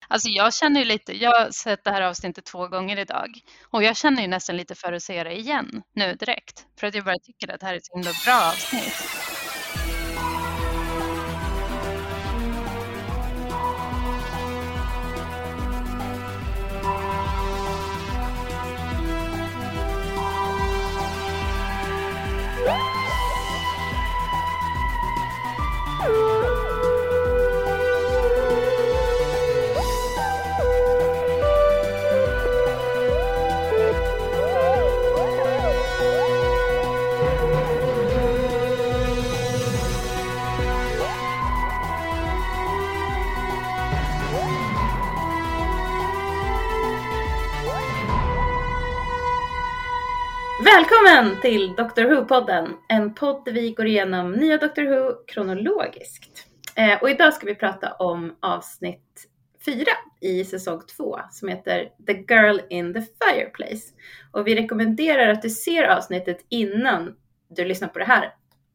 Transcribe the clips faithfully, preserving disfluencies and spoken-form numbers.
Alltså jag känner ju lite, jag har sett det här avsnittet två gånger idag och jag känner ju nästan lite för att se det igen nu direkt. För att jag bara tycker att det här är ett så himla bra avsnitt. Välkommen till Doctor Who-podden, en podd där vi går igenom nya Doctor Who kronologiskt. Eh, och idag ska vi prata om avsnitt fyra i säsong två som heter The Girl in the Fireplace. Och vi rekommenderar att du ser avsnittet innan du lyssnar på det här,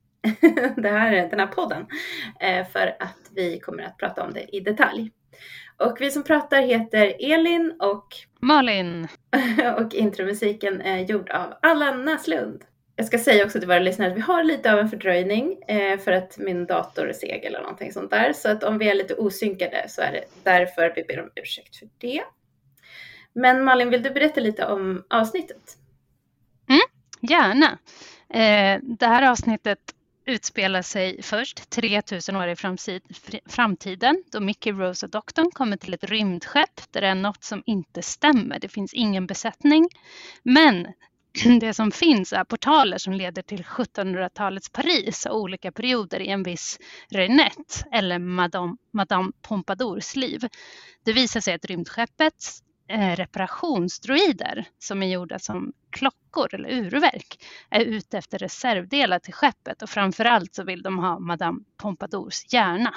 det här den här podden, eh, för att vi kommer att prata om det i detalj. Och vi som pratar heter Elin och Malin. Och intromusiken är gjord av Allan Näslund. Jag ska säga också till våra lyssnare att vi har lite av en fördröjning eh, för att min dator är seg eller någonting sånt där. Så att om vi är lite osynkade så är det därför vi ber om ursäkt för det. Men Malin, vill du berätta lite om avsnittet? Mm, gärna. Eh, det här avsnittet utspelar sig först tre tusen år i framtiden då Mickey, Rose och doktorn kommer till ett rymdskepp där det är något som inte stämmer. Det finns ingen besättning, men det som finns är portaler som leder till sjuttonhundratalets Paris och olika perioder i en viss Renette eller Madame, Madame Pompadours liv. Det visar sig att rymdskeppets reparationsdroider som är gjorda som klockor eller urverk är ute efter reservdelar till skeppet och framförallt så vill de ha Madame Pompadours hjärna.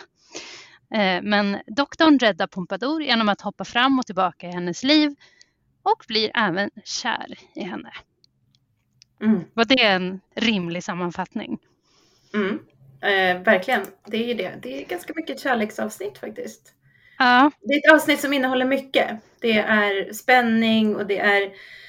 Men doktorn räddar Pompadour genom att hoppa fram och tillbaka i hennes liv och blir även kär i henne. Mm. Var det en rimlig sammanfattning? Mm. Eh, verkligen, det är ju det. Det är ganska mycket kärleksavsnitt faktiskt. Ja. Det är ett avsnitt som innehåller mycket. Det är spänning och det är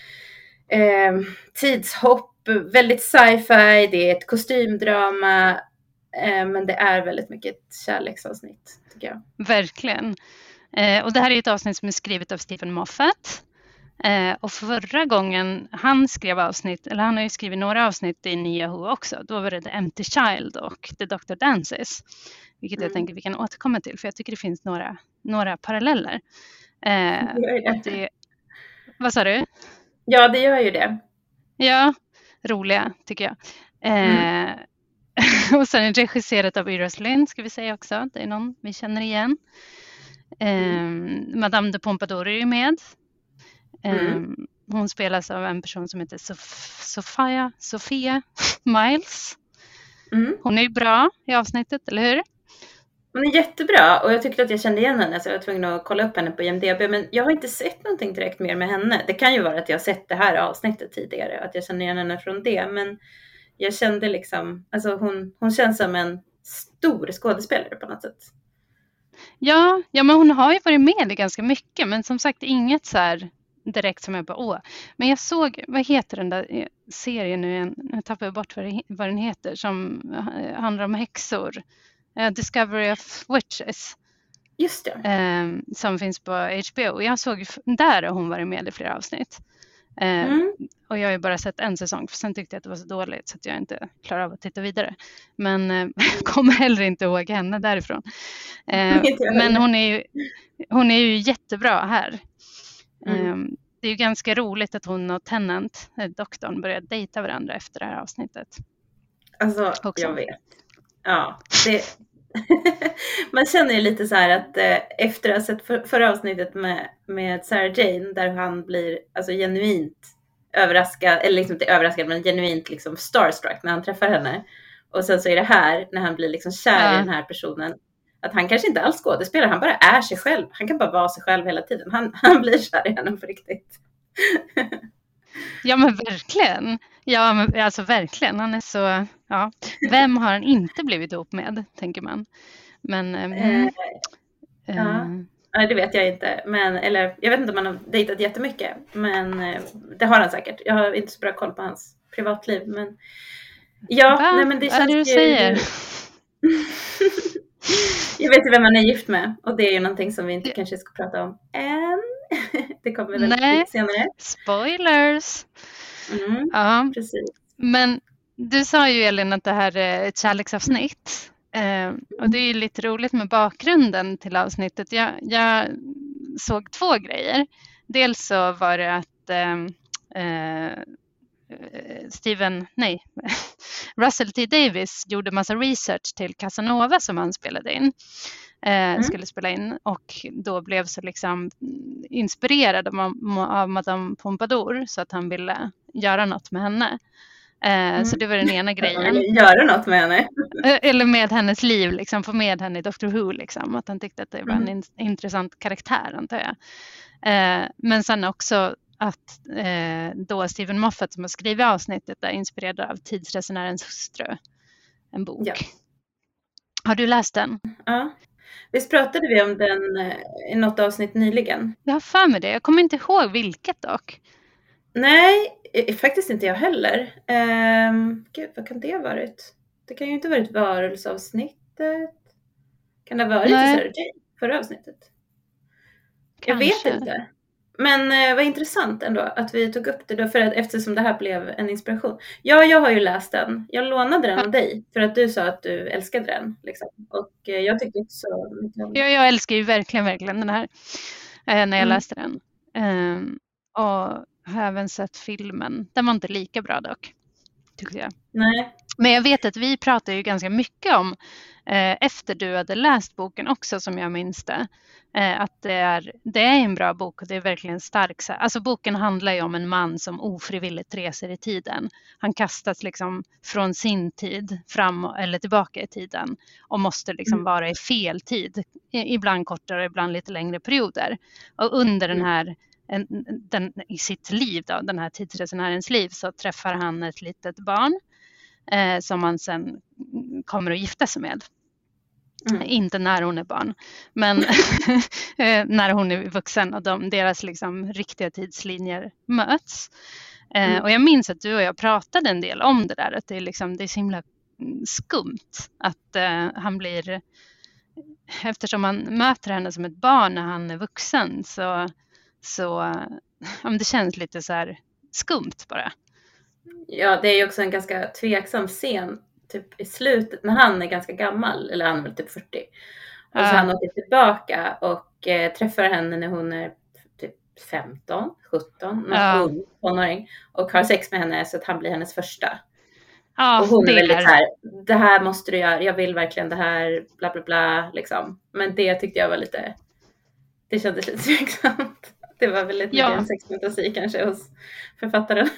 eh, tidshopp, väldigt sci-fi, det är ett kostymdrama, eh, men det är väldigt mycket ett kärleksavsnitt tycker jag. Verkligen. Eh, och det här är ett avsnitt som är skrivet av Stephen Moffat. Eh, och förra gången han skrev avsnitt, eller han har ju skrivit några avsnitt i nya Who också, då var det The Empty Child och The Doctor Dances. Vilket jag Mm. tänker vi kan återkomma till. För jag tycker det finns några, några paralleller. Eh, Det och det, vad sa du? Ja, det gör ju det. Ja, roliga tycker jag. Eh, Mm. och sen är det regisserat av Iris Lind ska vi säga också. Det är någon vi känner igen. Eh, Mm. Madame de Pompadour är ju med. Eh, Mm. hon spelas av en person som heter Sof- Sofia, Sofia Miles. Mm. Hon är ju bra i avsnittet, eller hur? Hon är jättebra och jag tyckte att jag kände igen henne så jag var tvungen att kolla upp henne på I M D B, men jag har inte sett någonting direkt mer med henne. Det kan ju vara att jag har sett det här avsnittet tidigare, att jag känner igen henne från det, men jag kände liksom, alltså hon, hon känns som en stor skådespelare på något sätt. Ja, ja, men hon har ju varit med i ganska mycket, men som sagt inget så här direkt som jag bara åh. Men jag såg, vad heter den där serien nu igen? Jag tappar bort vad, det, vad den heter, som handlar om häxor. Uh, Discovery of Witches. Just det. Um, som finns på H B O. Jag såg, där har hon varit med i flera avsnitt. Uh, Mm. Och jag har ju bara sett en säsong, för sen tyckte jag att det var så dåligt så att jag inte klarar av att titta vidare. Men uh, kommer heller inte ihåg henne därifrån. Uh, men hon är, ju, hon är ju jättebra här. Mm. Um, det är ju ganska roligt att hon och Tennant, doktorn, börjar dejta varandra efter det här avsnittet. Alltså, Också. jag vet. Ja, det... Man känner ju lite så här att eh, efter att ha sett för, förra avsnittet med, med Sarah Jane, där han blir alltså genuint överraskad, eller liksom inte överraskad men genuint liksom starstruck när han träffar henne. Och sen så är det här, när han blir liksom kär Ja. i den här personen, att han kanske inte alls skådespelar, han bara är sig själv. Han kan bara vara sig själv hela tiden. Han, han blir kär i henne på riktigt. Ja men verkligen. Ja men alltså verkligen. Han är så, ja. Vem har han inte blivit ihop med, tänker man. Men Eh, eh, ja. Ja, det vet jag inte. Men, eller jag vet inte om han har dejtat jättemycket. Men eh, det har han säkert. Jag har inte så bra koll på hans privatliv. Men ja, Va? nej, men det Vad är känns det du ju... säger? Jag vet ju vem man är gift med. Och det är ju någonting som vi inte kanske ska prata om än. Det kommer väl Nej. lite senare. Spoilers. Mm, Ja, precis. men du sa ju, Elin, att det här är ett kärleksavsnitt. Eh, och det är ju lite roligt med bakgrunden till avsnittet. Jag, jag såg två grejer. Dels så var det att eh, eh, Steven, nej, Russell T Davies gjorde massa research till Casanova som han spelade in. Eh, mm. Skulle spela in och då blev så liksom inspirerad av, av Madame Pompadour så att han ville göra något med henne. Eh, mm. Så det var den ena grejen. Han ville göra något med henne. Eller med hennes liv, liksom, få med henne i Doctor Who. Liksom, att han tyckte att det var en mm. in- intressant karaktär, antar jag. Eh, men sen också att eh, då Stephen Moffat som har skrivit avsnittet är inspirerad av Tidsresenärens hustru. En bok. Ja. Har du läst den? Ja. Visst pratade vi om den eh, i något avsnitt nyligen? Jag har för mig det. Jag kommer inte ihåg vilket dock. Nej, faktiskt inte jag heller. Um, gud, vad kan det ha varit? Det kan ju inte ha varit varelseavsnittet. Kan det ha varit Sarah Jane förra avsnittet? Kanske. Jag vet inte. Men eh, vad intressant ändå att vi tog upp det då, för att, eftersom det här blev en inspiration. Ja, jag har ju läst den. Jag lånade den av dig för att du sa att du älskade den. Liksom. Och eh, jag tyckte inte så mycket om den. Ja, jag älskar ju verkligen, verkligen den här eh, när jag mm. läste den. Um, och har även sett filmen. Den var inte lika bra dock, tycker jag. Nej. Men jag vet att vi pratade ju ganska mycket om, eh, efter du hade läst boken också som jag minns det, eh, att det är, det är en bra bok och det är verkligen stark. Alltså boken handlar ju om en man som ofrivilligt reser i tiden. Han kastas liksom från sin tid fram eller tillbaka i tiden och måste liksom mm. vara i fel tid. Ibland kortare, ibland lite längre perioder. Och under den här En, den, i sitt liv, då, den här tidsresenärens liv, så träffar han ett litet barn eh, som han sen kommer att gifta sig med. Mm. Inte när hon är barn, men när hon är vuxen och de, deras liksom riktiga tidslinjer möts. Eh, mm. Och jag minns att du och jag pratade en del om det där, att det är, liksom, det är så himla skumt att eh, han blir, eftersom man möter henne som ett barn när han är vuxen, så Så ja, det känns lite så här skumt bara. Ja, det är ju också en ganska tveksam scen typ i slutet när han är ganska gammal, eller han är väl typ fyrtio. Och uh. så han åker tillbaka och eh, träffar henne när hon är typ femton, sjutton, någon ung tonåring, och har sex med henne så att han blir hennes första. Ja, och hon det är väldigt är... så här, det här måste du göra, jag vill verkligen det här, bla bla bla liksom. Men det tyckte jag var lite, det kändes lite tveksamt. Det var väl lite ja. en sexfantasi kanske hos författaren.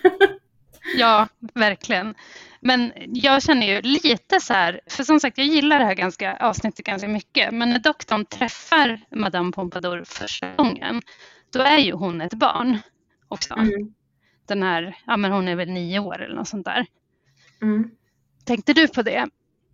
Ja, verkligen. Men jag känner ju lite så här, för som sagt jag gillar det här ganska, avsnittet ganska mycket. Men när doktorn träffar Madame Pompadour första gången, då är ju hon ett barn också. Mm. Den här, ja men hon är väl nio år eller något sånt där. Mm. Tänkte du på det?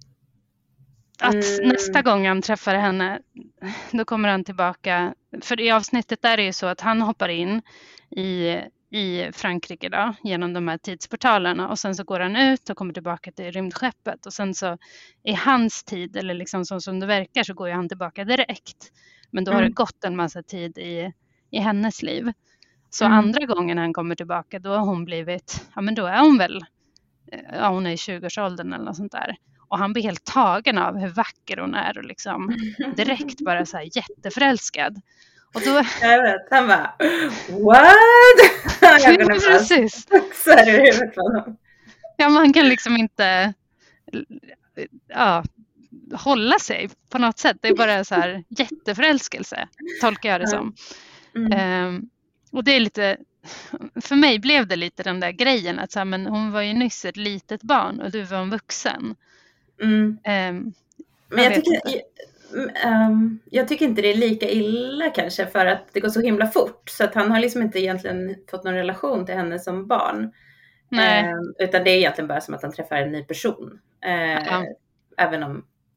Att mm. nästa gång han träffar henne, då kommer han tillbaka. För i avsnittet är det ju så att han hoppar in i, i Frankrike då, genom de här tidsportalerna. Och sen så går han ut och kommer tillbaka till rymdskeppet. Och sen så i hans tid, eller liksom så som det verkar, så går ju han tillbaka direkt. Men då mm. har det gått en massa tid i, i hennes liv. Så mm. andra gången han kommer tillbaka, då har hon blivit, ja men då är hon väl, ja hon är i tjugoårsåldern eller något sånt där. Och han blir helt tagen av hur vacker hon är och liksom direkt bara så här jätteförälskad. Och då... Jag vet, han bara, what? Ja, precis. Så är det i huvudet på honom. Ja, man kan liksom inte ja, hålla sig på något sätt. Det är bara så här jätteförälskelse, tolkar jag det som. Mm. Um, och det är lite, för mig blev det lite den där grejen att så här, men hon var ju nyss ett litet barn och du var en vuxen. Mm. Um, men jag, jag tycker um, jag tycker inte det är lika illa kanske, för att det går så himla fort, så att han har liksom inte egentligen fått någon relation till henne som barn. Nej. Um, utan det är egentligen bara som att han träffar en ny person. Uh, ja. Även om ja,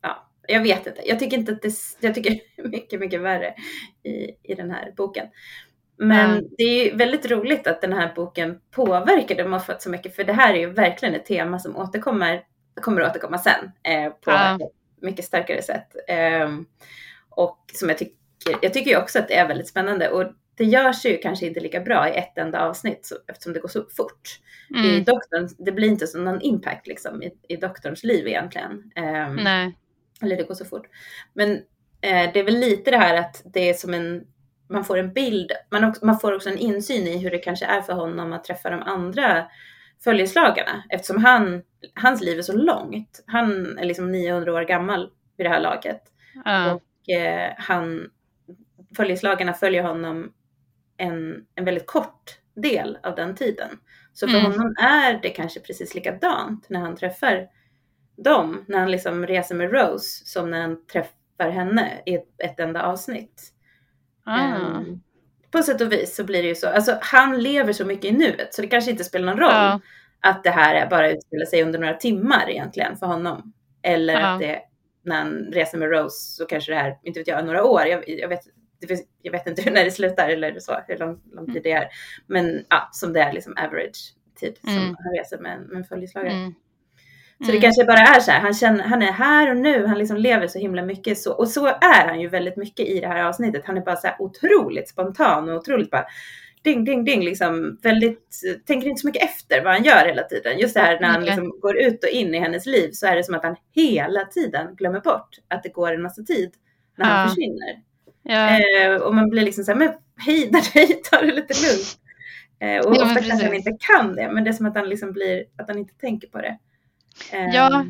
jag vet inte. Jag tycker inte att det, jag tycker det är mycket, mycket värre i, i den här boken. Men mm. det är väldigt roligt att den här boken påverkade Moffat så mycket. För det här är ju verkligen ett tema som återkommer, kommer att återkomma sen eh, på mm. ett mycket starkare sätt. Eh, och som jag tycker, jag tycker ju också att det är väldigt spännande. Och det görs ju kanske inte lika bra i ett enda avsnitt så, eftersom det går så fort. Mm. I doktorn, det blir inte så någon impact liksom, i, i doktorns liv egentligen. Um, Nej. Eller det går så fort. Men uh, det är väl lite det här att det är som en, man får en bild, man, också, man får också en insyn i hur det kanske är för honom att träffa de andra följeslagarna. Eftersom han, hans liv är så långt. Han är liksom niohundra år gammal vid det här laget. Uh. Och uh, han, följeslagarna följer honom En, en väldigt kort del av den tiden. Så för mm. honom är det kanske precis likadant när han träffar dem. När han liksom reser med Rose som när han träffar henne i ett, ett enda avsnitt. Ah. Um, på sätt och vis så blir det ju så. Alltså han lever så mycket i nuet så det kanske inte spelar någon roll ah. att det här är bara utspelar sig under några timmar egentligen för honom. Eller ah. att det när han reser med Rose så kanske det här, inte vet jag, några år. Jag, jag vet Jag vet inte när det slutar eller så, hur lång, lång tid det är. Men ja, som det är liksom average tid som mm. han reser med, med en följeslagare. Mm. Så det kanske bara är så här, han, känner, han är här och nu, han liksom lever så himla mycket så. Och så är han ju väldigt mycket i det här avsnittet. Han är bara så här otroligt spontan och otroligt bara ding, ding, ding. Liksom väldigt, tänker inte så mycket efter vad han gör hela tiden. Just det här när han okay. liksom går ut och in i hennes liv så är det som att han hela tiden glömmer bort att det går en massa tid när han ja. försvinner. Ja. Eh, och man blir liksom så här, men hejda dig, ta det lite lugnt. Eh, och ja, ofta kanske han inte kan det, men det är som att han liksom blir, att han inte tänker på det. Eh, ja,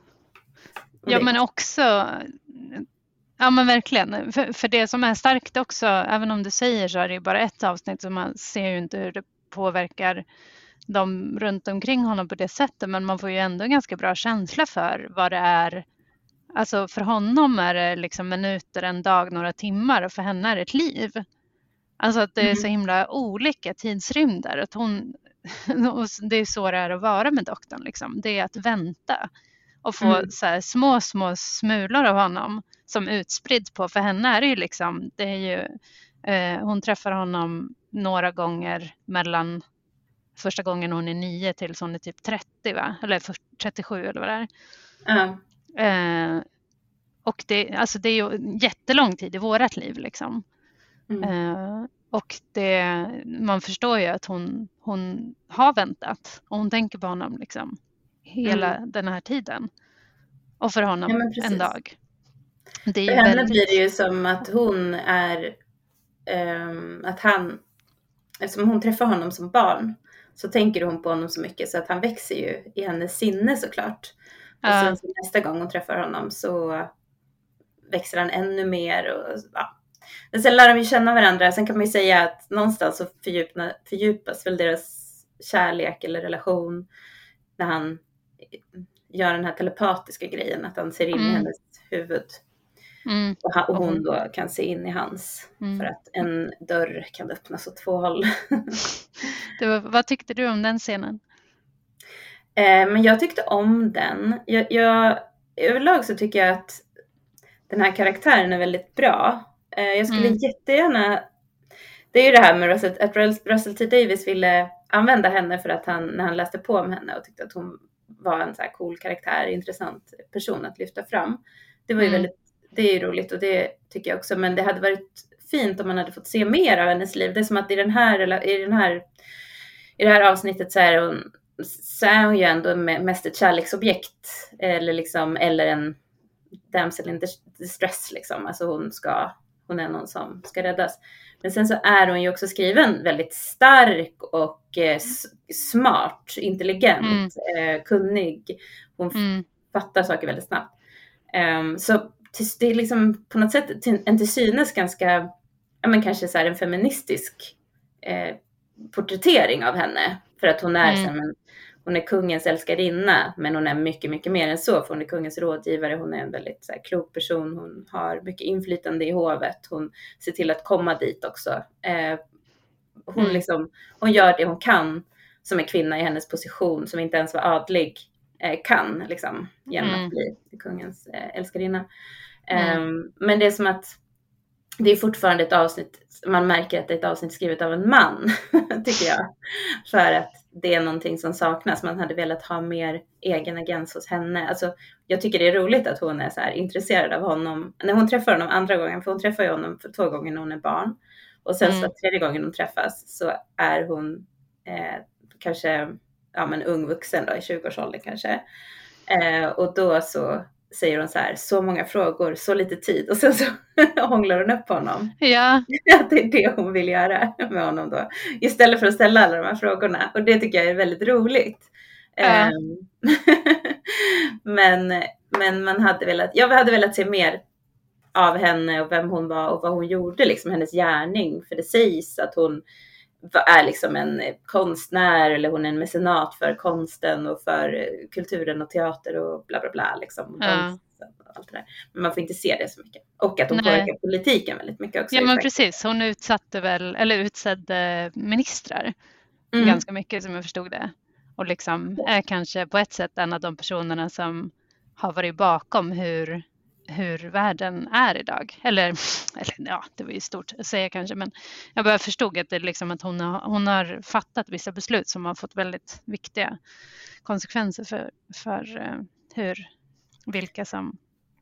ja men också, ja men verkligen. För, för det som är starkt också, även om du säger så är det ju bara ett avsnitt så man ser ju inte hur det påverkar dem runt omkring honom på det sättet. Men man får ju ändå en ganska bra känsla för vad det är. Alltså för honom är det liksom minuter, en dag, några timmar och för henne är det ett liv. Alltså att det är mm. så himla olika tidsrymder. Att hon, det är så det är att vara med doktorn. Liksom. Det är att vänta och få mm. så här små, små smulor av honom som utspridd på. För henne är det ju liksom, det är ju, eh, hon träffar honom några gånger mellan första gången hon är nio tills hon är typ trettio va? Eller trettiosju eller vad det är. Ja. Eh, och det, alltså det är ju jättelång tid i vårat liv liksom. Mm. Eh, och det, man förstår ju att hon, hon har väntat och hon tänker på honom liksom hela mm. den här tiden. Och för honom ja, en dag. Det är ju för henne väldigt... blir det ju som att hon är um, att han, eftersom hon träffar honom som barn så tänker hon på honom så mycket så att han växer ju i hennes sinne såklart. Och sen uh. så nästa gång hon träffar honom så växer han ännu mer. Och, ja. Men sen lär de ju känna varandra. Sen kan man ju säga att någonstans så fördjupas, fördjupas väl deras kärlek eller relation när han gör den här telepatiska grejen. Att han ser in mm. i hennes huvud. Mm. Och, han, och hon då kan se in i hans. Mm. För att en dörr kan öppnas åt två håll. det var, vad tyckte du om den scenen? Eh, men jag tyckte om den. Jag, jag, överlag så tycker jag att den här karaktären är väldigt bra. Eh, jag skulle mm. jättegärna... Det är ju det här med Russell, att Russell T Davies ville använda henne för att han, när han läste på om henne och tyckte att hon var en så här cool karaktär, intressant person att lyfta fram. Det var ju mm. väldigt, det är ju roligt och det tycker jag också. Men det hade varit fint om man hade fått se mer av hennes liv. Det är som att i den här, i den här, i det här avsnittet så är hon, så är hon ju ändå mest ett kärleksobjekt. Eller liksom, eller en damsel in distress liksom. Alltså hon ska, hon är någon som ska räddas. Men sen så är hon ju också skriven väldigt stark och eh, smart, intelligent, mm. eh, kunnig. Hon mm. fattar saker väldigt snabbt. Um, så det är liksom på något sätt en till synes ganska, ja men kanske så här en feministisk eh, porträttering av henne. För att hon är, mm. som en, hon är kungens älskarinna, men hon är mycket, mycket mer än så. För hon är kungens rådgivare, hon är en väldigt så här, klok person. Hon har mycket inflytande i hovet. Hon ser till att komma dit också. Eh, hon, mm. liksom, hon gör det hon kan som en kvinna i hennes position, som inte ens var adlig eh, kan liksom, genom Mm. att bli kungens eh, älskarinna. Mm. Um, men det är som att det är fortfarande ett avsnitt, man märker att det är ett avsnitt skrivet av en man, tycker jag. För att det är någonting som saknas. Man hade velat ha mer egen agens hos henne. Alltså, jag tycker det är roligt att hon är så här intresserad av honom. När hon träffar honom andra gången, för hon träffar ju honom för två gånger när hon är barn. Och sen Mm. så tredje gången de träffas så är hon eh, kanske ja, men ung vuxen då, i tjugoårsåldern kanske. Eh, och då så säger hon så här, så många frågor, så lite tid. Och sen så hånglar hon upp på honom. Ja. Att det är det hon vill göra med honom då. Istället för att ställa alla de här frågorna. Och det tycker jag är väldigt roligt. Ja. Um, men, men man hade velat, jag hade velat se mer av henne och vem hon var och vad hon gjorde, liksom hennes gärning. För det sägs att hon är liksom en konstnär eller hon är en mecenat för konsten och för kulturen och teater och bla bla bla liksom. Ja. Och allt det där. Men man får inte se det så mycket. Och att hon Nej. påverkar politiken väldigt mycket också. Ja, men precis. Hon utsatte väl, eller utsedde ministrar Mm. ganska mycket, som jag förstod det. Och liksom är kanske på ett sätt en av de personerna som har varit bakom hur, hur världen är idag. Eller, eller ja, det var ju stort att säga kanske, men jag bara förstod att, det liksom att hon, har, hon har fattat vissa beslut som har fått väldigt viktiga konsekvenser för, för uh, hur, vilka som,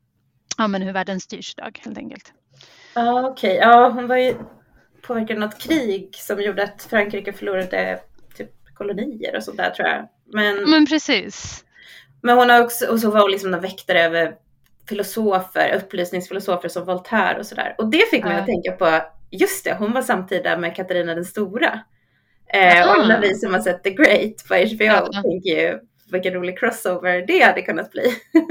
ja men hur världen styrs idag helt enkelt. Ja, okej. Okay. Ja, hon var ju påverkad något krig som gjorde att Frankrike förlorade typ kolonier och sånt där, tror jag. Men, men precis. Men hon har också, och så var hon liksom en väktare över filosofer, upplysningsfilosofer som Voltaire och sådär. Och det fick mig Ja. att tänka på, just det, hon var samtida med Katarina den stora. Eh, och alla vi som har sett The Great på H B O Ja. tänker ju, vilken rolig crossover det hade kunnat bli.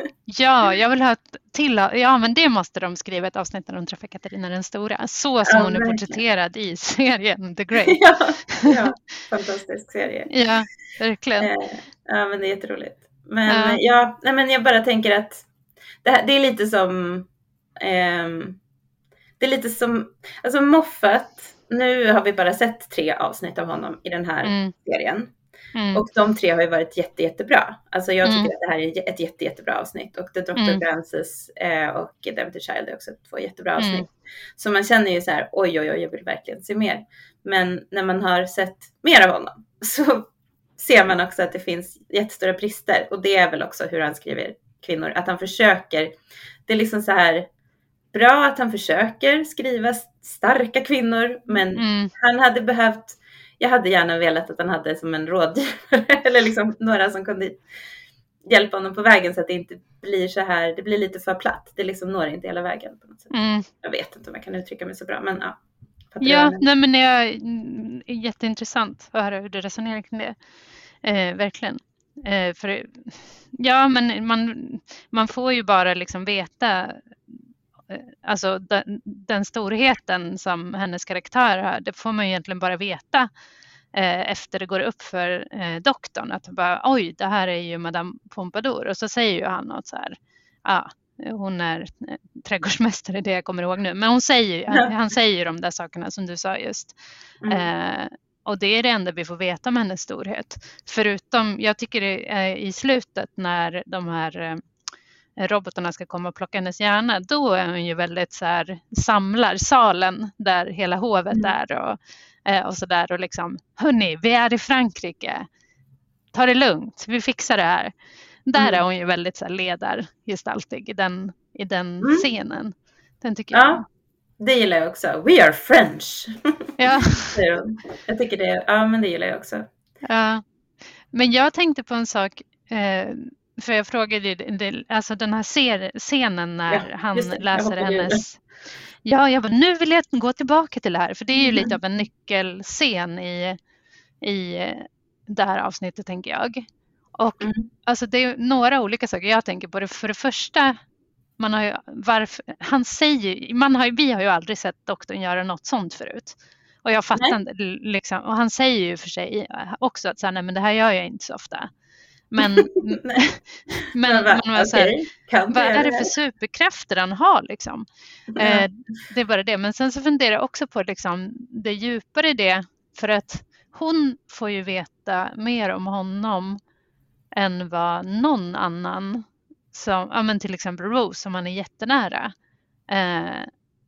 Ja, jag vill ha ett till. Ja, men det måste de skriva ett avsnitt när de träffar Katarina den stora. Så som Ja, hon är verkligen. porträtterad i serien The Great. ja, ja, fantastisk serie. Ja, verkligen. Eh, ja, men det är jätteroligt. Men Ja. ja, ja nej, men jag bara tänker att det, här, det är lite som ehm, det är lite som, alltså Moffat, nu har vi bara sett tre avsnitt av honom i den här Mm. serien. Mm. Och de tre har ju varit jätte, jättebra. Alltså jag tycker Mm. att det här är ett jätte, jättebra avsnitt. Och The Doctor Mm. Francis eh, och Devonte Child är också två jättebra avsnitt. Mm. Så man känner ju så här, oj, oj, oj, jag vill verkligen se mer. Men när man har sett mer av honom så ser man också att det finns jättestora brister. Och det är väl också hur han skriver kvinnor. Att han försöker, det är liksom så här bra att han försöker skriva starka kvinnor. Men Mm. han hade behövt, jag hade gärna velat att han hade som en rådgivare. Eller liksom några som kunde hjälpa honom på vägen så att det inte blir så här, det blir lite för platt. Det liksom når inte hela vägen på något sätt. Mm. Jag vet inte om jag kan uttrycka mig så bra, men ja. Fattar du vad Ja, jag menar? nej, men det är mm, jätteintressant att höra hur du resonerar kring det. Eh, verkligen. Eh, för, ja, men man, man får ju bara liksom veta eh, alltså den, den storheten som hennes karaktär har. Det får man ju egentligen bara veta eh, efter det går upp för eh, doktorn. Att bara, oj, det här är ju Madame Pompadour. Och så säger ju han något så här, ja. Hon är eh, trädgårdsmästare, det jag kommer ihåg nu. Men hon säger, Ja. han, han säger ju de där sakerna som du sa just. Mm. Eh, och det är det enda vi får veta om hennes storhet. Förutom, jag tycker det är i slutet när de här eh, robotarna ska komma och plocka hennes hjärna. Då är hon ju väldigt så här, samlar salen där hela hovet Mm. är. Och, eh, och så där och liksom, hörni, vi är i Frankrike. Ta det lugnt, vi fixar det här. Där Mm. är hon ju väldigt så här, ledargestaltig i den, i den Mm. scenen. Den tycker jag. Ja, det gillar jag också. We are French. Ja. säger hon. Jag tycker det, ja men det gillar jag också. Ja. Men jag tänkte på en sak. Eh, för jag frågade ju, det, alltså den här ser, scenen när Ja, han just det. Jag läser hoppade ur hennes... Ja, jag bara, nu vill jag gå tillbaka till det här. För det är ju Mm. lite av en nyckelscen i, i det här avsnittet, tänker jag. Och Mm. alltså det är några olika saker jag tänker på. Det. För det första, man har ju, varför, han säger, man har, vi har ju aldrig sett doktorn göra något sånt förut. Och jag fattar inte, liksom, och han säger ju för sig också att så här, nej, men det här gör jag inte så ofta. Men, men, men va, man var så här, okej, kan du vad göra är det det för superkrafter han har liksom? Ja. Eh, det är bara det. Men sen så funderar jag också på liksom, det djupare i det. För att hon får ju veta mer om honom än vad någon annan, som, ja, men till exempel Rose som han är jättenära. Eh,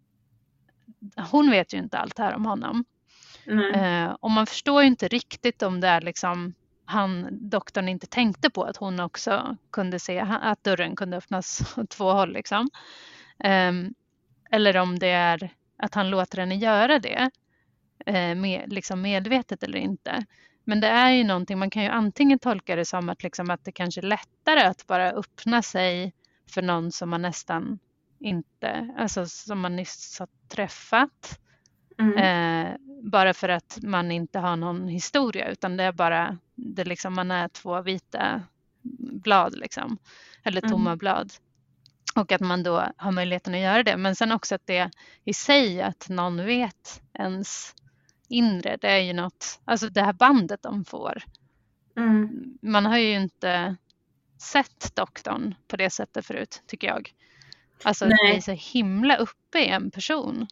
hon vet ju inte allt här om honom. Mm. Eh, och man förstår ju inte riktigt om det är liksom han, doktorn inte tänkte på att hon också kunde se att dörren kunde öppnas åt två håll liksom. Eh, eller om det är att han låter henne göra det eh, med, liksom medvetet eller inte. Men det är ju någonting, man kan ju antingen tolka det som att, liksom, att det kanske är lättare att bara öppna sig för någon som man nästan inte, alltså som man nyss har träffat. Mm. Eh, bara för att man inte har någon historia, utan det är bara, det liksom, man är två vita blad liksom, eller tomma Mm. blad. Och att man då har möjligheten att göra det. Men sen också att det i sig, att någon vet ens inre, det är ju något, alltså det här bandet de får. Mm. Man har ju inte sett doktorn på det sättet förut, tycker jag. Alltså Nej. det är så himla uppe i en person.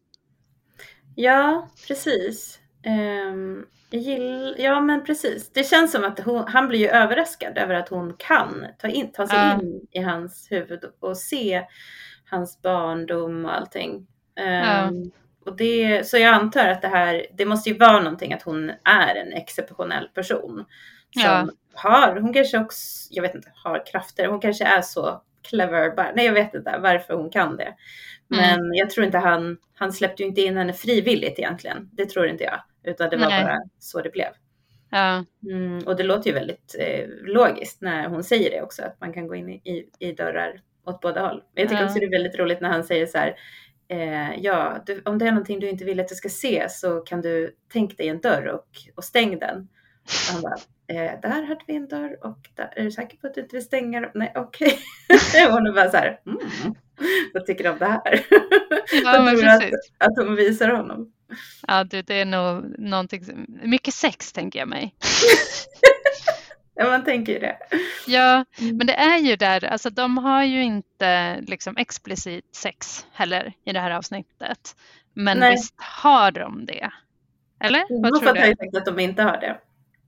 Ja, precis. Um, jag gill... Ja, men precis. Det känns som att hon, han blir ju överraskad över att hon kan ta, in, ta sig Ja. in i hans huvud och se hans barndom och allting. Um, Ja. och det, så jag antar att det här, det måste ju vara någonting att hon är en exceptionell person. Som Ja. har, hon kanske också, jag vet inte, har krafter. Hon kanske är så clever. Bara, nej, jag vet inte varför hon kan det. Men Mm. jag tror inte han, han släppte ju inte in henne frivilligt egentligen. Det tror inte jag. Utan det var Nej. bara så det blev. Ja. Mm, och det låter ju väldigt eh, logiskt när hon säger det också. Att man kan gå in i, i, i dörrar åt båda håll. Men jag tycker Ja. också det är väldigt roligt när han säger så här. Eh, ja, du, om det är någonting du inte vill att du ska se så kan du tänka dig en dörr och, och stäng den. Och han bara, eh, där hade vi en dörr och där, är du säker på att du inte vill stänga den? Nej, okej. Okay. Hon är bara så här, mm, vad tycker du om det här? Ja, men tror att, precis. att hon visar honom. Ja, du, det är nog någonting, mycket sex tänker jag mig. Ja, man tänker ju det. Ja, men det är ju där, alltså de har ju inte liksom explicit sex heller i det här avsnittet. Men Nej. visst har de det? Eller? Vad Moffat tror har ju du? sagt att de inte har det.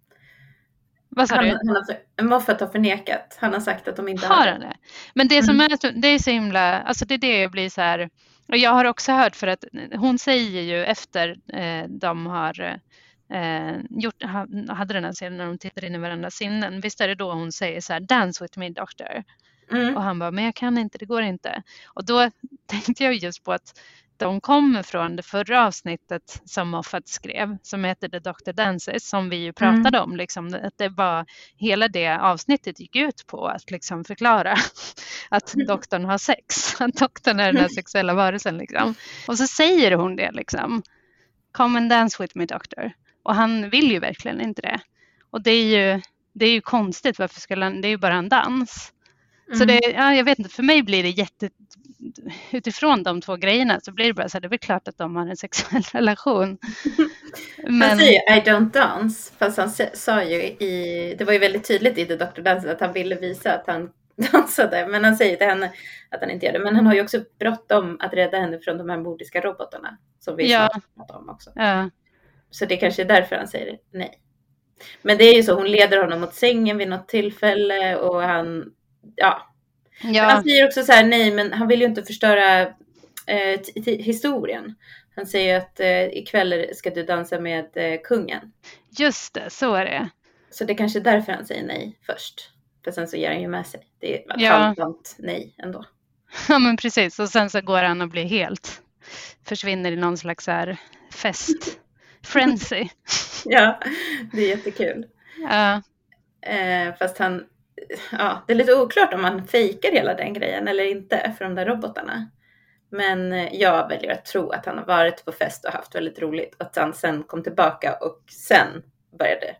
Vad sa Han, du? han har, för- Moffat har förnekat. Han har sagt att de inte har Har det. han det? Men det som Mm. är så, det är så himla, alltså det är det jag blir så här, och jag har också hört, för att hon säger ju efter eh, de har eh, gjort, ha, hade den här scenen när de tittar in i varandras sinnen, visst är det då hon säger så här, dance with me doctor. Mm. Och han bara, men jag kan inte, det går inte. Och då tänkte jag just på att de kommer från det förra avsnittet som Moffat skrev, som heter The Doctor Dances, som vi ju pratade om. Liksom, att det var, hela det avsnittet gick ut på att liksom förklara att doktorn har sex. Att doktorn är den här sexuella varelsen. Liksom. Och så säger hon det liksom. Come and dance with me doctor. Och han vill ju verkligen inte det. Och det är ju, det är ju konstigt, varför skulle han, det är ju bara en dans. Så det, ja, jag vet inte, för mig blir det jätte, utifrån de två grejerna så blir det bara så här, det är väl klart att de har en sexuell relation. Men, Han säger I don't dance, fast han sa ju i, det var ju väldigt tydligt i The Doctor Dance att han ville visa att han dansade, men han säger till henne att han inte gör det. Men han har ju också bråttom att rädda henne från de här mordiska robotarna som vi Ja. snart pratar om också. ja, Så det kanske är därför han säger nej. Men det är ju så, hon leder honom mot sängen vid något tillfälle och han, ja. ja, Han säger också så här, nej, men han vill ju inte förstöra eh, t- t- historien. Han säger att eh, ikväll ska du dansa med eh, kungen. just det, så är det. Så det är kanske är därför han säger nej först. För sen så ger han ju med sig. Det är ett Ja. halvdant nej ändå. Ja, men precis. Och sen så går han och blir helt, försvinner i någon slags så här fest, frenzy. Ja, det är jättekul. Ja, Eh, fast han, ja, det är lite oklart om han fejkar hela den grejen eller inte för de där robotarna. Men eh, jag väljer att tro att han har varit på fest och haft väldigt roligt. Att han sen kom tillbaka och sen började.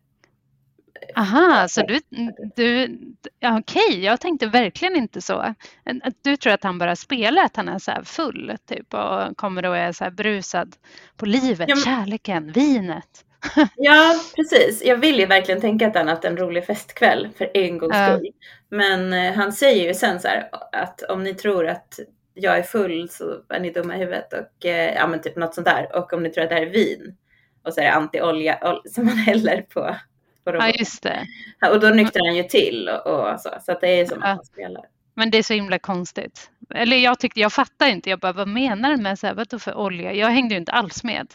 aha, så du, du ja, okej, jag tänkte verkligen inte så. Att du tror att han bara spelar, att han är så här full typ och kommer och är så här brusad på livet, Ja, men- kärleken, vinet. Ja, precis. Jag vill ju verkligen tänka att han har haft en rolig festkväll för en gångs Ja. skull. Men eh, han säger ju sen så här att om ni tror att jag är full så är ni dumma i huvudet. Och eh, ja, men typ något sånt där. Och om ni tror att det här är vin och så är det anti-olja ol- som man häller på, på roboten. Ja, just det. Och då nyktrar han ju till och, och så. Så att det är som ja. att han spelar. Men det är så himla konstigt. Eller jag tyckte, jag fattar inte. Jag bara, vad menar du med så här, vad då för olja? Jag hängde ju inte alls med.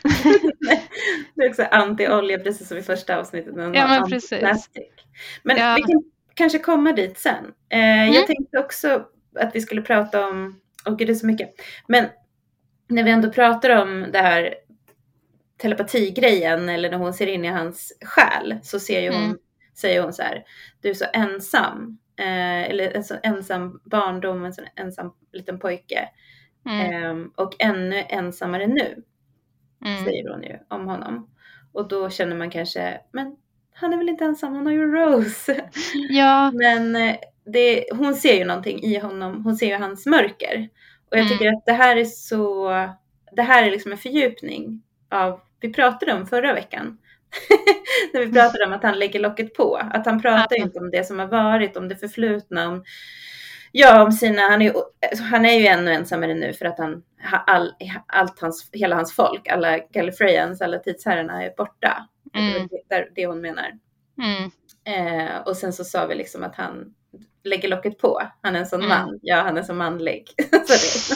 Det är också anti-olja, precis som i första avsnittet. Ja, men precis. Men ja. vi kan kanske komma dit sen. Eh, mm. Jag tänkte också att vi skulle prata om, och gud det är så mycket. Men när vi ändå pratar om det här telepatigrejen, eller när hon ser in i hans själ, så ser ju hon, mm. säger hon så här, du är så ensam. Eh, eller en så ensam barndom, en så ensam liten pojke. Mm. Eh, och ännu ensammare nu. Mm. Säger hon ju om honom. Och då känner man kanske, men han är väl inte ensam, han har ju Rose. Ja. Men det, hon ser ju någonting i honom, hon ser ju hans mörker. Och jag mm. tycker att det här är så, det här är liksom en fördjupning av, vi pratade om förra veckan. När vi pratade om att han lägger locket på. Att han pratar ju inte om det som har varit, om det förflutna, om, ja, om sina, han är, han är ju ännu ensammare nu för att han, all, allt hans, hela hans folk, alla Gallifreyans, alla tidsherrarna är borta. Mm. Det är det hon menar. Mm. Eh, och sen så sa vi liksom att han lägger locket på. Han är en sån mm. man. Ja, han är så manlig. så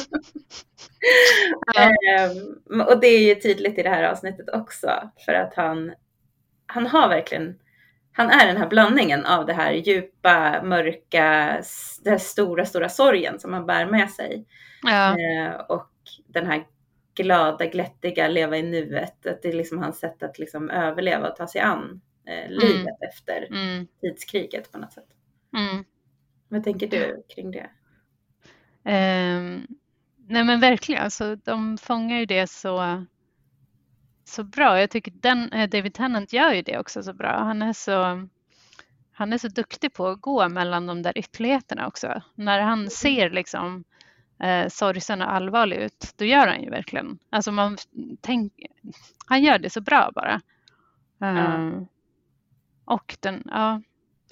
ja. eh, och det är ju tydligt i det här avsnittet också. För att han, han har verkligen, han är den här blandningen av det här djupa, mörka, den här stora, stora sorgen som han bär med sig. Ja. Eh, och den här glada, glättiga, leva i nuet. Att det är liksom hans sätt att liksom överleva och ta sig an eh, livet mm. efter mm. tidskriget på något sätt. Mm. Vad tänker du kring det? Um, nej men verkligen, alltså, de fångar ju det så, så bra. Jag tycker den, eh, David Tennant gör ju det också så bra. Han är så, han är så duktig på att gå mellan de där ytterligheterna också. När han mm. ser liksom eh, sorgsen och allvarlig ut, då gör han ju verkligen. Alltså man tänker, han gör det så bra bara. Um, ja. Och den, ja.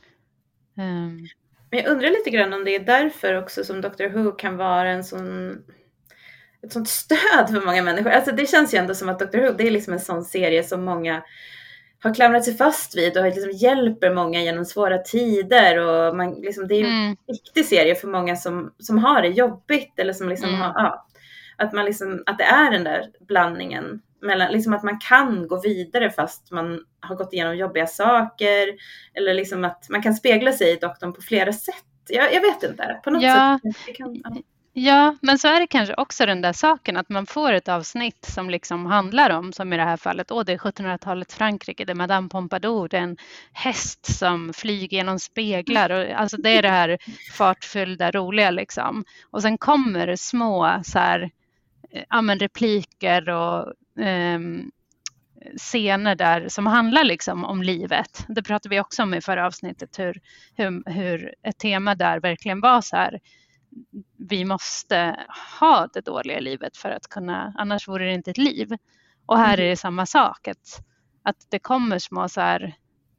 Um, Men jag undrar lite grann om det är därför också som Doctor Who kan vara en sån, ett sånt stöd för många människor. Alltså det känns ju ändå som att Doctor Who, det är liksom en sån serie som många har klamrat sig fast vid och liksom hjälper många genom svåra tider. Och man, liksom, det är ju mm. en viktig serie för många som, som har det jobbigt. Eller som liksom mm. har, ja, att, man liksom, att det är den där blandningen. Mellan, liksom att man kan gå vidare fast man har gått igenom jobbiga saker. Eller liksom att man kan spegla sig i doktorn på flera sätt. Jag, jag vet inte. På något ja. sätt. Det kan, ja. ja, men så är det kanske också den där saken. Att man får ett avsnitt som liksom handlar om, som i det här fallet. Åh, det är sjuttonhundratalets Frankrike. Det är Madame Pompadour. Det är en häst som flyger genom speglar. Och, alltså det är det här fartfyllda, roliga liksom. Och sen kommer det små så här, ja, men repliker och Um, scener där som handlar liksom om livet. Det pratade vi också om i förra avsnittet, hur, hur, hur ett tema där verkligen var så här, vi måste ha det dåliga livet för att kunna, annars vore det inte ett liv. Och här är det samma sak, att, att det kommer små så här,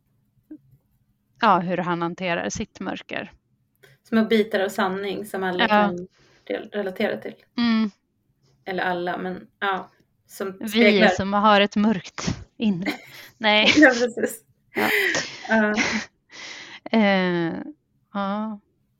ja, hur han hanterar sitt mörker. Små bitar av sanning som alla ja. kan relatera till. Mm. Eller alla, men ja. Som vi som har ett mörkt inne. Nej. Ja, precis. Ja. Uh. Uh, uh.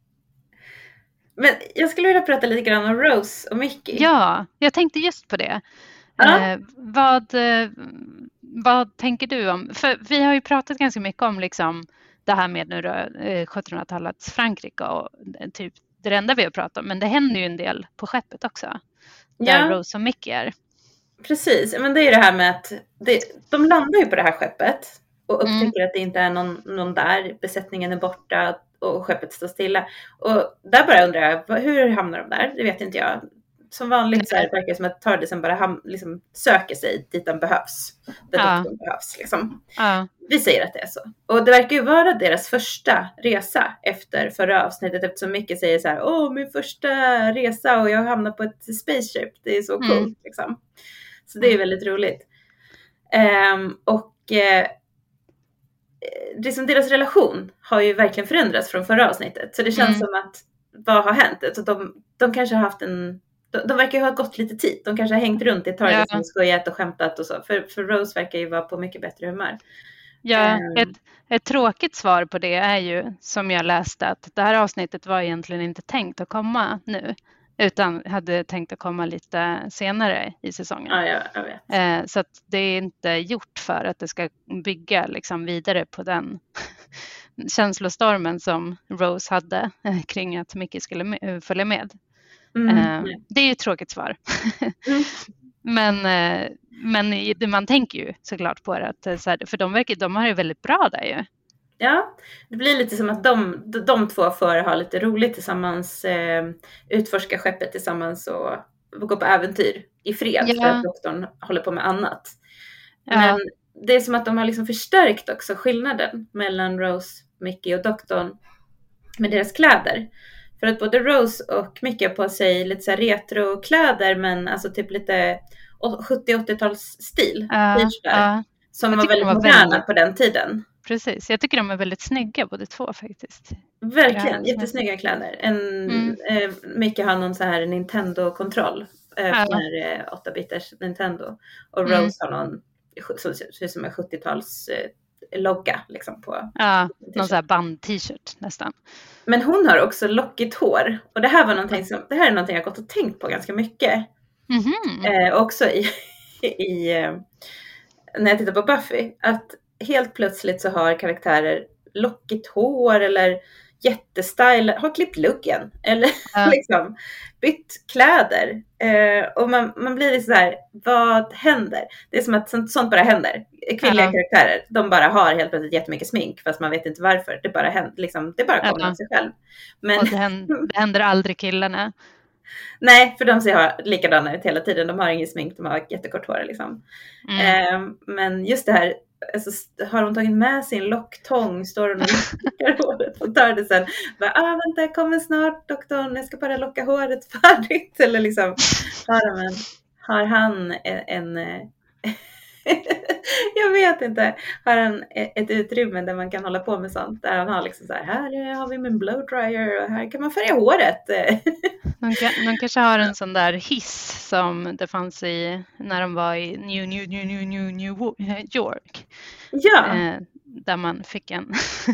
Men jag skulle vilja prata lite grann om Rose och Mickey. Ja, jag tänkte just på det. Uh. Uh, vad, uh, vad tänker du om? För vi har ju pratat ganska mycket om liksom, det här med nu då, uh, sjuttonhundratalets Frankrike och typ det enda vi har pratat om. Men det händer ju en del på skeppet också. Där ja. Rose och Mickey är. Precis, men det är det här med att det, de landar ju på det här skeppet och upptäcker mm. att det inte är någon, någon där, besättningen är borta och skeppet står stilla. Och där bara undrar jag, hur hamnar de där? Det vet inte jag. Som vanligt så är det verkar som att TARDISen bara ham, liksom, söker sig dit den behövs. Där ja. doktorn behövs liksom. Ja. Vi säger att det är så. Och det verkar ju vara deras första resa efter förra avsnittet. Eftersom mycket säger så här, åh min första resa och jag hamnar på ett spaceship. Det är så coolt mm. liksom. Så det är väldigt roligt. Um, och uh, liksom deras relation har ju verkligen förändrats från förra avsnittet. Så det känns mm. som att, vad har hänt? Så de, de kanske har haft en, de, de verkar ju ha gått lite tid. De kanske har hängt runt i TARDIS och skojat och skämtat och så. För, för Rose verkar ju vara på mycket bättre humör. Ja, Um, ett, ett tråkigt svar på det är ju, som jag läste, att det här avsnittet var egentligen inte tänkt att komma nu, utan hade tänkt att komma lite senare i säsongen. ja, jag, jag vet. Eh, så att det är inte gjort för att det ska bygga liksom vidare på den känslostormen som Rose hade eh, kring att Mickey skulle med, följa med. Mm, eh, nej. det är ju ett tråkigt svar. Mm. men, eh, men i- man tänker ju såklart på det, att, eh, så här, för de, verkar, de har det väldigt bra där ju. Ja, det blir lite som att de, de, de två får ha lite roligt tillsammans, eh, utforska skeppet tillsammans och gå på äventyr i fred, Ja. för att doktorn håller på med annat. Ja. Men det är som att de har liksom förstärkt också skillnaden mellan Rose, Mickey och doktorn med deras kläder. För att både Rose och Mickey har på sig lite så här retrokläder, men alltså typ lite sjuttio-åttio-tals-stil. Ja, ja. Som Jag var tycker de väldigt var moderna väldigt- på den tiden. Precis, jag tycker de är väldigt snygga båda två faktiskt. Verkligen, Ja, jättesnygga kläder. En, Mm. eh, Mickey har någon så här Nintendo-kontroll. Eh, Ja. Från här eh, åtta-bitars Nintendo. Och Mm. Rose har någon som ser ut som en sjuttio-tals eh, logga liksom på. Ja, någon sån här band-t-shirt nästan. Men hon har också lockigt hår. Och det här var någonting som, det här är någonting jag gått och tänkt på ganska mycket. Mhm. Eh, också i, i eh, när jag tittar på Buffy. Att helt plötsligt så har karaktärer lockigt hår eller jättestyle, har klippt luggen eller Ja. liksom bytt kläder. Eh, och man, man blir lite så här, vad händer? Det är som att sånt, sånt bara händer. Kvinnliga Ja. karaktärer, de bara har helt plötsligt jättemycket smink, fast man vet inte varför. Det bara händer, liksom, det bara kommer Ja. av sig själv. Men Och det händer, det händer aldrig killarna. nej, för de ser ha likadana ut hela tiden. De har ingen smink, de har jättekort hår liksom. Mm. Eh, men just det här, alltså, har hon tagit med sin locktång, står hon och lockar håret och tar det sen. Bara, ah, vänta, jag kommer snart doktorn, jag ska bara locka håret färdigt. Eller liksom, har, de en, har han en, en jag vet inte, har han ett utrymme där man kan hålla på med sånt, där han har liksom så här, här har vi min blowdryer och här kan man färga håret. De, kan, de kanske har en sån där hiss som det fanns i när de var i New, New, New, New, New, New York. Ja, Eh, där man fick en.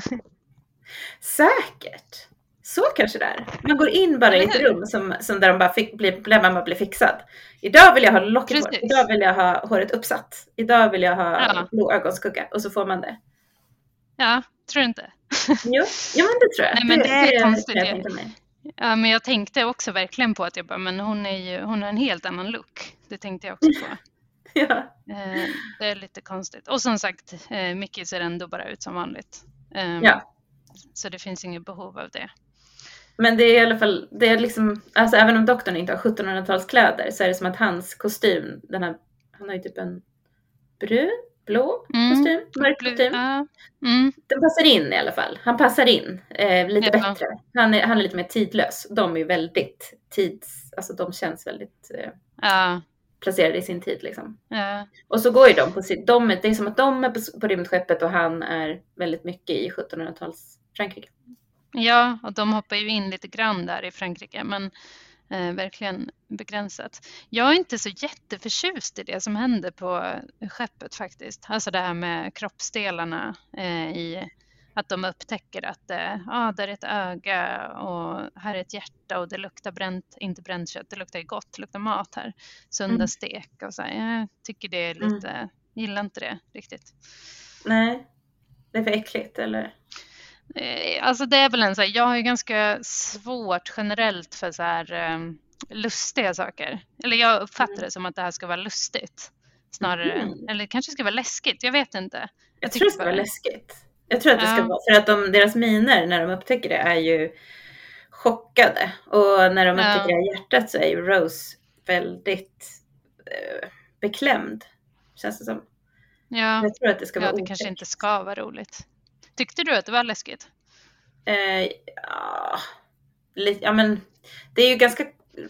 säkert. Så kanske det är. Man går in bara i ett rum som, som där de bara fick bli, där man bara blir fixad. Idag vill jag ha lockigt hår. Precis. Idag vill jag ha håret uppsatt. Idag vill jag ha Ja. blå ögonskugga. Och så får man det. Ja, tror du inte? Jo, ja, men det tror jag. Nej, men det är konstigt. jag tänka mig. Ja, men jag tänkte också verkligen på att jag bara, men hon är ju, hon har en helt annan look. Det tänkte jag också på. Ja. Eh, det är lite konstigt. Och som sagt, eh, Mickey ser ändå bara ut som vanligt. Eh, Ja. Så det finns inget behov av det. Men det är i alla fall, det är liksom, alltså även om doktorn inte har sjuttonhundratalskläder så är det som att hans kostym, den här, han har ju typ en brun, blå Mm. kostym, mörk kostym. Ja. Mm. Den passar in i alla fall. Han passar in eh, lite Ja. bättre. Han är, han är lite mer tidlös. De är ju väldigt tids, alltså de känns väldigt eh, Ja. placerade i sin tid liksom. Ja. Och så går ju de på sitt, de, det är som att de är på, på rymdskeppet och han är väldigt mycket i sjuttonhundratals Frankrike. Ja, och de hoppar ju in lite grann där i Frankrike, men eh, verkligen begränsat. Jag är inte så jätteförtjust i det som händer på skeppet faktiskt. Alltså det här med kroppsdelarna eh, i att de upptäcker att eh, ah, där är ett öga och här är ett hjärta och det luktar bränt, inte bränt kött, det luktar gott, det luktar mat här. Sunda Mm. stek och så här. Jag tycker det är lite, mm. gillar inte det riktigt. Nej, det är för äckligt eller? Alltså det är väl en så här, jag har ju ganska svårt generellt för så här um, lustiga saker. Eller jag uppfattar det som att det här ska vara lustigt. Snarare, mm. eller kanske ska vara läskigt, jag vet inte. Jag, jag tror det ska bara... vara läskigt. Jag tror att det ska ja. vara, för att de, deras miner när de upptäcker det är ju chockade. Och när de upptäcker ja. det här hjärtat så är ju Rose väldigt eh, beklämd, känns det som. Ja, jag tror att det ska ja, vara det otäckt. Kanske inte ska vara roligt. Tyckte du att det var läskigt? Eh, ja, li- ja, men det är ju ganska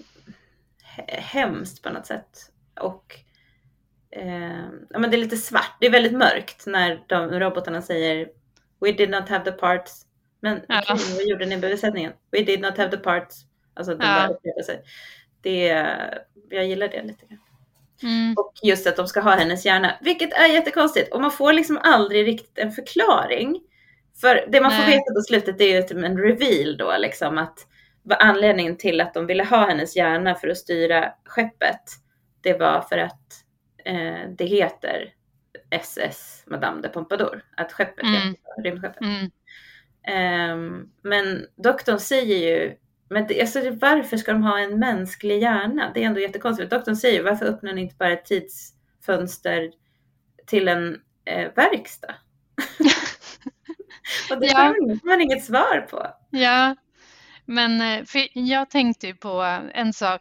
hemskt på något sätt. Och eh, ja, men det är lite svart. Det är väldigt mörkt när de robotarna säger we did not have the parts. Men ja. okay, vad gjorde ni i besättningen? We did not have the parts. Alltså de ja. bara upprepar sig. Det, jag gillar det lite grann. Mm. Och just att de ska ha hennes hjärna, vilket är jättekonstigt. Och man får liksom aldrig riktigt en förklaring. För det man Nej. får veta på slutet är ju typ en reveal då, liksom att vad anledningen till att de ville ha hennes hjärna för att styra skeppet, det var för att eh, det heter S S Madame de Pompadour, att skeppet mm. heter rymdskeppet. Mm. Um, men doktorn säger ju, men det, alltså, varför ska de ha en mänsklig hjärna? Det är ändå jättekonstigt. Doktorn säger, varför öppnar ni inte bara ett tidsfönster till en eh, verkstad? Och det ja. har man inget svar på. Ja, men för jag tänkte ju på en sak,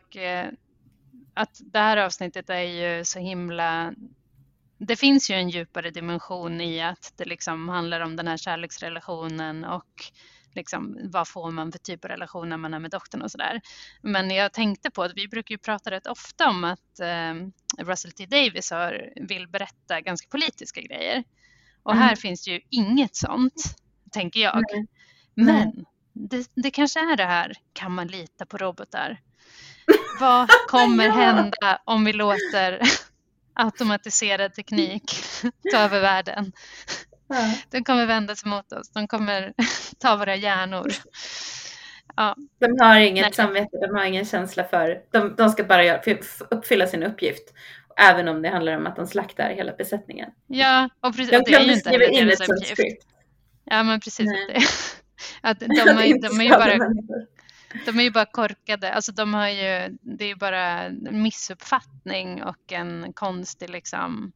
att det här avsnittet är ju så himla... Det finns ju en djupare dimension i att det liksom handlar om den här kärleksrelationen och liksom, vad får man för typ av relation när man är med doktorn och sådär. Men jag tänkte på att vi brukar ju prata rätt ofta om att eh, Russell T Davies har, vill berätta ganska politiska grejer. Och mm. här finns ju inget sånt, tänker jag. Mm. Men det, det kanske är det här, kan man lita på robotar? Vad kommer ja. hända om vi låter automatiserad teknik ta över världen? Ja. De kommer vända sig mot oss. De kommer ta våra hjärnor. Ja. De har inget Nej. samvete, de har ingen känsla för. De, de ska bara göra, uppfylla sin uppgift. Även om det handlar om att de slaktar hela besättningen. Ja, och precis. De och det är ju inte heller deras uppgift. Ja, men precis. Att det, att de, de, är, de, är ju bara, de är ju bara korkade. Alltså de har ju, det är ju bara missuppfattning och en konstig liksom,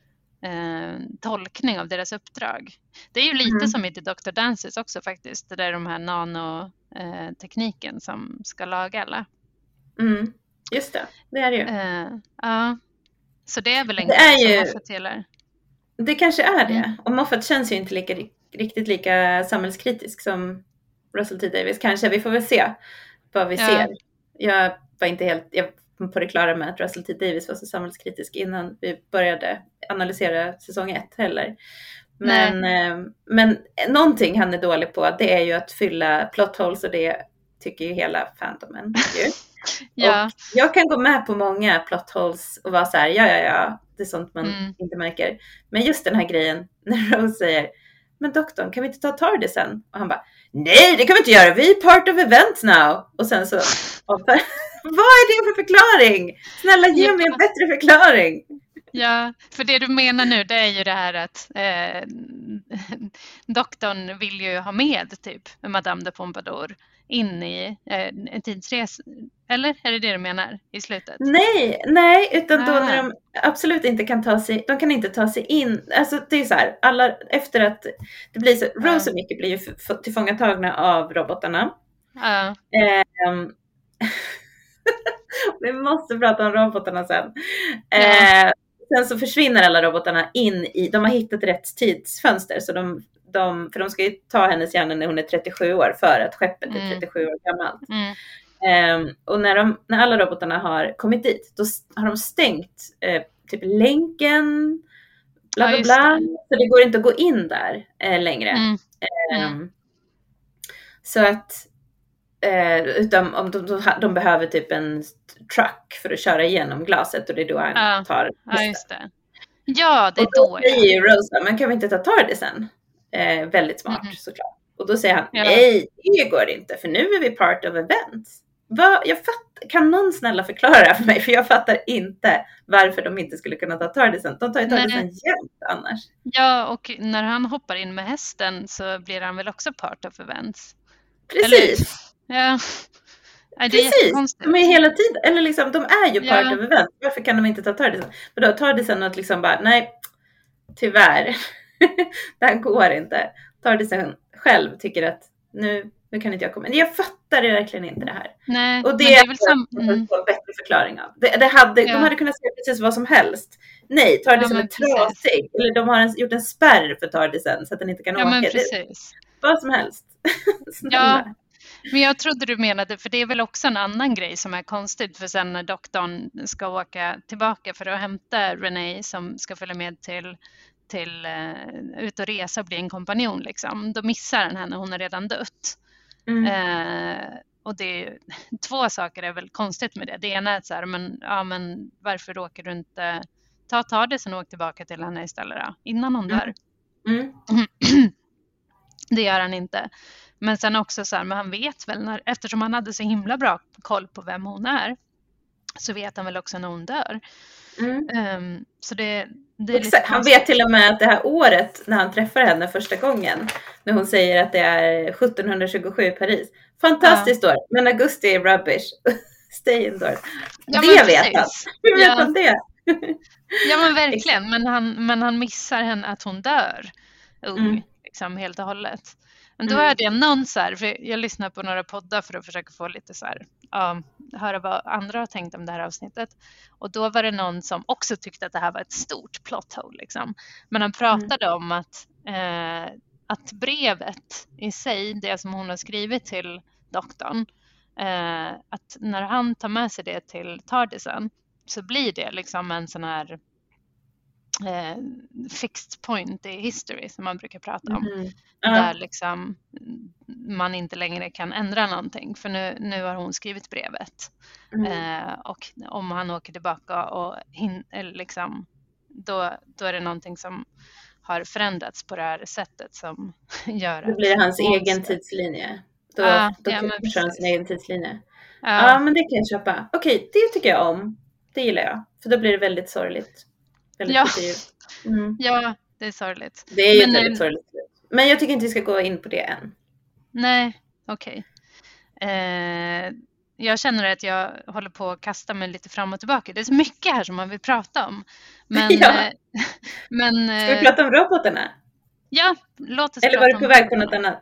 eh, tolkning av deras uppdrag. Det är ju lite mm. som i doktor Dances också faktiskt. Det är de här nanotekniken eh, som ska laga alla. Mm. Just det, det är det ju. Eh, ja. Så det är väl en det är ju, Moffat gillar. Det kanske är det. Mm. Och Moffat känns ju inte lika, riktigt lika samhällskritisk som Russell T Davies. Kanske, vi får väl se vad vi ja. ser. Jag var inte helt jag var på det klara med att Russell T Davies var så samhällskritisk innan vi började analysera säsong ett heller. Men, eh, men någonting han är dålig på, det är ju att fylla plot holes, och det tycker ju hela fandomen. Ja. Och jag kan gå med på många plot holes och vara så här, ja, ja, ja, det är sånt man mm. inte märker. Men just den här grejen, när Rose säger, men doktorn, kan vi inte ta TARDISen? Och han bara, nej, det kan vi inte göra, vi är part of event now. Och sen så, och, vad är det för förklaring? Snälla, ge mig en bättre förklaring. Ja, för det du menar nu, det är ju det här att eh, doktorn vill ju ha med typ Madame de Pompadour in i eh, en tidsres. Eller är det det du menar i slutet? Nej, nej, utan då när de absolut inte kan ta sig, de kan inte ta sig in. Alltså det är så här, alla efter att det blir så, Rose och Mickey blir ju tillfångatagna av robotarna. Ja. Eh, vi måste prata om robotarna sen. Ja. Eh, sen så försvinner alla robotarna in i, de har hittat rätt tidsfönster, så de De, för de ska ju ta hennes hjärna när hon är trettiosju år, för att skeppet är trettiosju år gammalt. Mm. Um, och när, de, när alla robotarna har kommit dit, då har de stängt uh, typ länken, bla bla bla. Ja, så det går inte att gå in där uh, längre. Mm. Um, mm. Så att uh, utan om de, de, de behöver typ en truck för att köra igenom glaset, och det är då han ja. tar ja, just det. Ja, det är och då. då säger ju Rosa, men kan vi inte ta TARDISen? Eh, väldigt smart mm. såklart. Och då säger han, ja. nej, det går inte, för nu är vi part of events. Va? Jag fattar, kan någon snälla förklara för mig? För jag fattar inte varför de inte skulle kunna ta TARDISen. De tar ju TARDISen jämt annars. Ja, och när han hoppar in med hästen så blir han väl också part of events. Precis. Eller? Ja. Ja, precis, de är hela tiden, eller liksom, de är ju part ja. of events. Varför kan de inte ta TARDISen? För då TARDISen att liksom bara, nej, tyvärr. Det här går inte. TARDISen själv tycker att nu, nu kan inte jag komma. Jag fattar det verkligen inte det här. Nej, och det, det är, är väl sam- mm. en bättre förklaring av. Det, det hade, ja. De hade kunnat säga precis vad som helst. Nej, TARDISen ja, är trasig. Eller de har en, gjort en spärr för TARDISen så att den inte kan ja, åka. Men precis. Det, vad som helst. Ja, men jag trodde du menade, för det är väl också en annan grej som är konstigt, för sen när doktorn ska åka tillbaka för att hämta Renee som ska följa med till till uh, ut och resa och bli en kompanjon liksom. Då missar han henne, hon har redan dött. Mm. Uh, och det är ju, två saker är väl konstigt med det. Det ena är så här, men, ja, men varför råkar du inte ta Tardisen och åka tillbaka till henne istället då, innan hon dör? Mm. Det gör han inte. Men sen också så här, men han vet väl, när, eftersom han hade så himla bra koll på vem hon är, så vet han väl också när hon dör. Mm. Um, så det, det är Exakt. lite Han vet till och med att det här året när han träffar henne första gången, när hon säger att det är sjutton tjugosju i Paris. Fantastiskt ja. år, men augusti är rubbish. Stay indoor. Ja, det vet han. Hur vet ja. han det? Ja men verkligen, men han, men han missar henne att hon dör ung, mm. liksom, helt och hållet. Men då mm. hörde jag någon så här, för jag lyssnar på några poddar för att försöka få lite så här, ja, höra vad andra har tänkt om det här avsnittet. Och då var det någon som också tyckte att det här var ett stort plot hole liksom. Men han pratade mm. om att, eh, att brevet i sig, det som hon har skrivit till doktorn, eh, att när han tar med sig det till Tardisen, så blir det liksom en sån här eh, fixed point i history som man brukar prata om. Mm. Uh. Där liksom man inte längre kan ändra någonting. För nu, nu har hon skrivit brevet. Mm. Eh, och om han åker tillbaka och hin, liksom, då, då är det någonting som har förändrats på det här sättet som gör att... Det blir hans egen tidslinje. Då, ah, då ja, kör han sin egen tidslinje. Ja, ah. ah, men det kan jag köpa. Okej, okay, det tycker jag om. Det gillar jag. För då blir det väldigt sorgligt. Väldigt ja. Mm. ja, det är sorgligt. Det är men, väldigt sorgligt. Men jag tycker inte vi ska gå in på det än. Nej, okej. Okay. Eh, jag känner att jag håller på att kasta mig lite fram och tillbaka. Det är så mycket här som man vill prata om. Men, ja. eh, men, ska vi prata om robotarna? Ja, låt oss Eller prata var du på väg på något annat?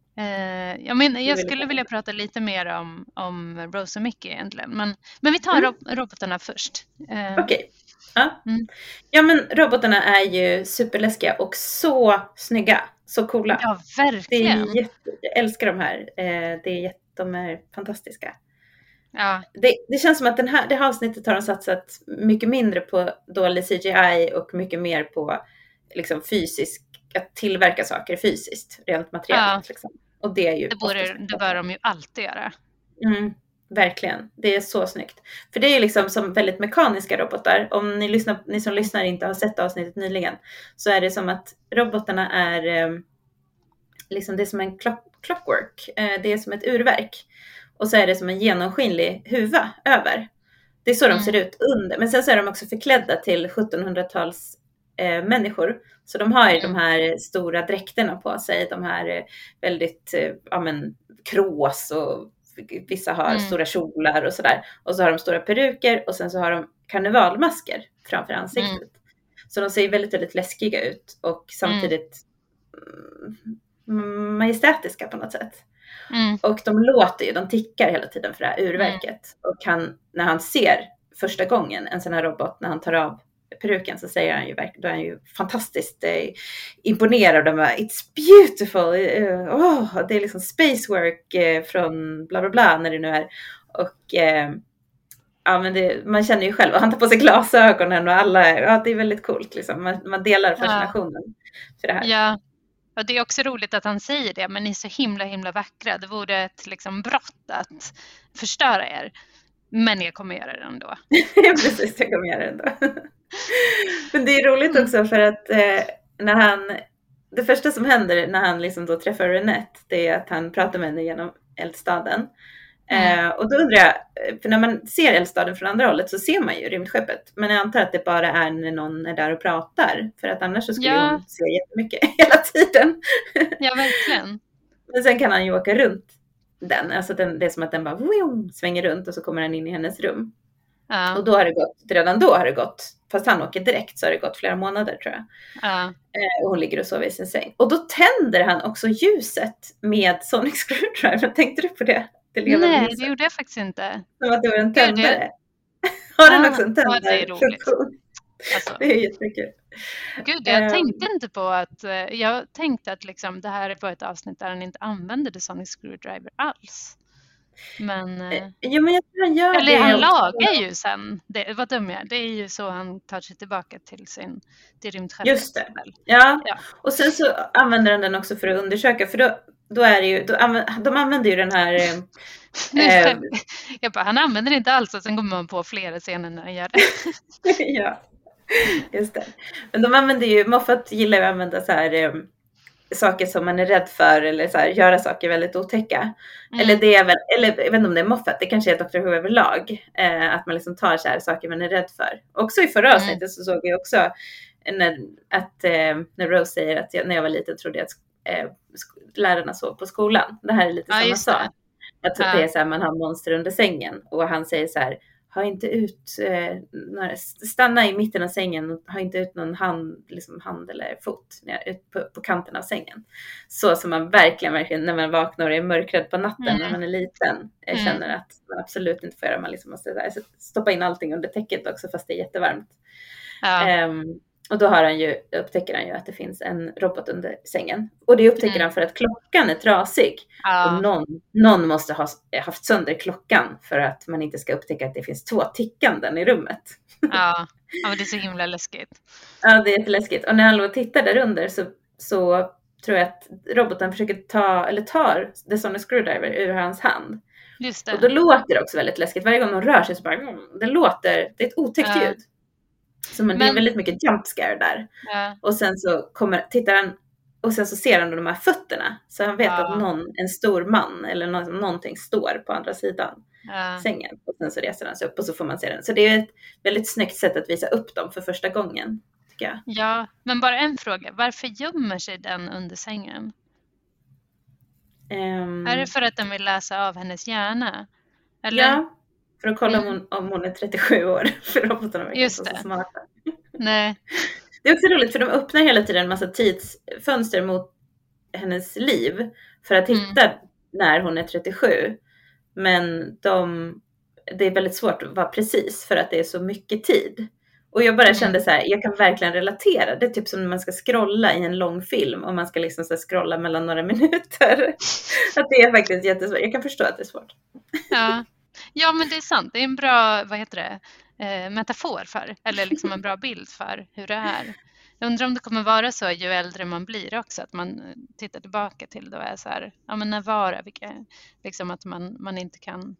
Eh, jag, men, jag skulle vilja prata lite mer om, om Rose och Mickey egentligen. Men, men vi tar mm. ro- robotarna först. Eh, Okej. Okay. Ja. Mm. ja, men robotarna är ju superläskiga och så snygga. Så coola. Ja, verkligen. Det är jätte, jag älskar de här. Eh, det är jätte, de är fantastiska. Ja. Det, det känns som att den här, det här avsnittet har de satsat mycket mindre på dålig C G I och mycket mer på liksom fysisk, att tillverka saker fysiskt, rent materiellt. Ja. Liksom. Och det är ju det, borde, det bör de ju alltid göra. Mm, verkligen, det är så snyggt. För det är ju liksom som väldigt mekaniska robotar. Om ni, lyssnar, ni som lyssnar inte har sett avsnittet nyligen, så är det som att robotarna är eh, liksom det är som en clock, clockwork. Eh, det är som ett urverk. Och så är det som en genomskinlig huva över. Det är så mm. de ser ut under. Men sen så är de också förklädda till sjuttonhundratals eh, människor. Så de har ju mm. de här stora dräkterna på sig. De här eh, väldigt, eh, ja men, krås och vissa har mm. stora kjolar och sådär. Och så har de stora peruker och sen så har de karnevalmasker framför ansiktet. Mm. Så de ser väldigt, väldigt läskiga ut och samtidigt mm. majestätiska på något sätt. Mm. Och de låter ju, de tickar hela tiden för det här urverket. Mm. Och han, när han ser första gången en sån här robot, när han tar av peruken, så säger han ju, då är han ju fantastiskt eh, imponerad. De bara, it's beautiful, uh, oh, det är liksom spacework eh, från bla bla bla när det nu är. Och eh, ja, men det, man känner ju själv, och han tar på sig glasögonen och alla, ja, det är väldigt coolt liksom. Man, man delar fascinationen ja. för det här. Ja. Och det är också roligt att han säger det, men ni är så himla himla vackra. Det vore ett liksom brott att förstöra er. Men jag kommer göra det ändå. Precis, jag kommer göra det ändå. Men det är roligt också för att eh, när han, det första som händer när han liksom då träffar Renette, det är att han pratar med henne genom eldstaden. Mm. Eh, och då undrar jag, för när man ser eldstaden från andra hållet så ser man ju rymdskeppet. Men jag antar att det bara är när någon är där och pratar. För att annars så skulle ja. hon se jättemycket hela tiden. Ja, verkligen. Men sen kan han ju åka runt den. Alltså den, det är som att den bara vroom, svänger runt och så kommer den in i hennes rum. Ja. Och då har det gått, redan då har det gått, fast han åker direkt så har det gått flera månader tror jag. Ja. Eh, och hon ligger och sover i sin säng. Och då tänder han också ljuset med Sonic Screwdriver. Tänkte du på det? Det Nej, ljuset. Det gjorde jag faktiskt inte. Som att det var en tändare. Det... Har den ah, också en tändare? Ja, det är roligt. Alltså. Det är jättemycket. Gud, jag um, tänkte inte på att, jag tänkte att liksom, det här var ett avsnitt där han inte använde The Sonic Screwdriver alls. Men, ja, men jag tror han gör eller det. han lagar ju sen, det, vad dum jag är, det är ju så han tar sig tillbaka till sin till rymdskeppet. Just det, ja. ja. Och sen så använder han den också för att undersöka, för då, då är det ju, då anv- de använder ju den här... Eh, jag bara, han använder det inte alls och sen kommer man på flera scener när han gör det. Ja, just det. Men de använder ju, Moffat gillar ju att använda så här... Eh, saker som man är rädd för eller så här, göra saker väldigt otäcka. Mm. Eller det är väl, eller jag vet inte om det är Moffat, det kanske är doktor Who överlag. Eh, att man liksom tar så här saker man är rädd för. Också i förra avsnittet mm. så såg vi också när, att, eh, när Rose säger att jag, när jag var liten trodde jag att eh, lärarna sov på skolan. Det här är lite ja, samma sak. Att ja. Det är så här, man har monster under sängen och han säger så här, ha inte ut, eh, stanna i mitten av sängen och ha inte ut någon hand, liksom hand eller fot ut på, på kanten av sängen. Så som man verkligen, verkligen när man vaknar och är mörkrädd på natten mm. när man är liten mm. känner att man absolut inte får göra. Man liksom måste där, stoppa in allting under täcket också fast det är jättevarmt. Ja. Um, och då har han ju, upptäcker han ju att det finns en robot under sängen. Och det upptäcker mm. han för att klockan är trasig. Ja. Och någon, någon måste ha haft sönder klockan för att man inte ska upptäcka att det finns två tickanden i rummet. Ja, ja men det är så himla läskigt. Ja, det är jätteläskigt. Och när han låg och tittar där under så, så tror jag att roboten försöker ta, eller tar The Sonic Screwdriver ur hans hand. Just det. Och då låter det också väldigt läskigt. Varje gång de rör sig så bara, mm, det låter, det är ett otäckt ja. ljud. Så man, men, det är väldigt mycket jump scare där. Ja. Och sen så kommer, tittar han och sen så ser han de här fötterna. Så han vet ja. att någon, en stor man eller någon, någonting står på andra sidan ja. sängen. Och sen så reser han sig upp och så får man se den. Så det är ett väldigt snyggt sätt att visa upp dem för första gången, tycker jag. Ja, men bara en fråga. Varför gömmer sig den under sängen? Um, är det för att den vill läsa av hennes hjärna? Eller? Ja. För att kolla mm. om, hon, om hon är trettiosju år. För robotarna verkar så smarta. Nej. Det är också roligt för de öppnar hela tiden en massa tidsfönster mot hennes liv. För att hitta mm. när hon är trettiosju. Men de, det är väldigt svårt att vara precis. För att det är så mycket tid. Och jag bara mm. kände så här, jag kan verkligen relatera. Det är typ som när man ska scrolla i en lång film. Och man ska liksom så här scrolla mellan några minuter. Att det är faktiskt jättesvårt. Jag kan förstå att det är svårt. Ja. Ja, men det är sant. Det är en bra, vad heter det, eh, metafor för, eller liksom en bra bild för hur det är. Jag undrar om det kommer vara så ju äldre man blir också, att man tittar tillbaka till det och är så här, ja men när var det, vilka, liksom att man, man inte kan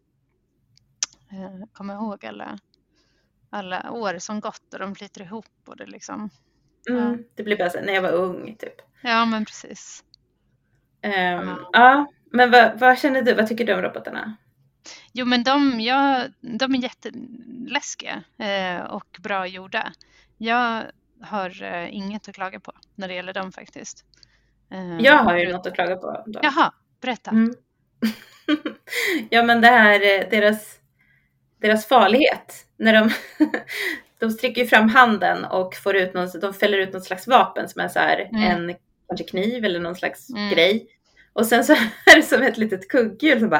eh, komma ihåg alla, alla år som gått och de flyter ihop och det liksom. Mm, ja. Det blir bara så när jag var ung typ. Ja, men precis. Um, ja. ja, men vad, vad känner du, vad tycker du om robotarna? Jo, men de, ja, de är jätteläskiga eh, och bra gjorda. Jag har eh, inget att klaga på när det gäller dem faktiskt. Eh, jag har ju något att klaga på. Då. Jaha, berätta. Mm. Ja, men det här, deras, deras farlighet. När de, de sträcker ju fram handen och får ut någon, de fäller ut något slags vapen som är så här mm. en kanske kniv eller någon slags mm. grej. Och sen så är det som ett litet kugghjul som bara...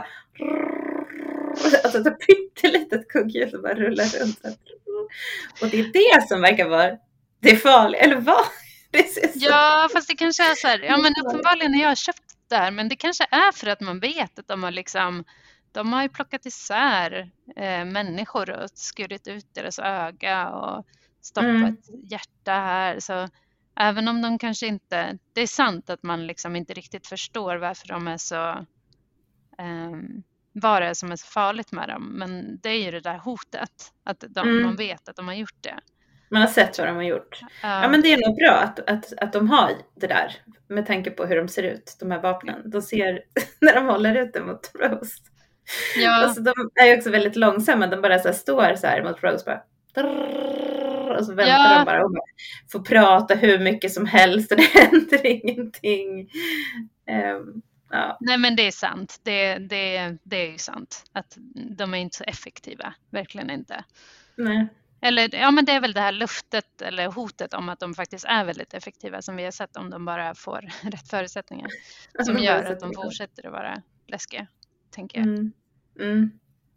Alltså ett pyttelitet kugghjul som bara rullar runt. Och det är det som verkar vara det farliga. Eller vad? Det ja, fast det kanske är så här. Ja, men uppenbarligen har jag köpt det här. Men det kanske är för att man vet att de har liksom... De har ju plockat isär eh, människor och skurit ut deras öga och stoppat mm. hjärta här. Så även om de kanske inte... Det är sant att man liksom inte riktigt förstår varför de är så... Eh, vad det är som är så farligt med dem. Men det är ju det där hotet. Att de, mm. man vet att de har gjort det. Man har sett vad de har gjort. Uh. Ja, men det är nog bra att, att, att de har det där. Med tanke på hur de ser ut. De här vapnen. De ser när de håller ut det mot Rose. Ja. Alltså, de är ju också väldigt långsamma. De bara så här står så här mot Rose. Bara, och så väntar ja. de bara. Och bara får prata hur mycket som helst. Och det händer ingenting. Um, Ja. Nej, men det är sant. Det, det, det är ju sant. Att de är inte så effektiva. Verkligen inte. Nej. Eller, ja, men det är väl det här luftet eller hotet om att de faktiskt är väldigt effektiva som vi har sett om de bara får rätt förutsättningar. Som gör att de fortsätter att vara läskiga, tänker jag. Mm. Mm.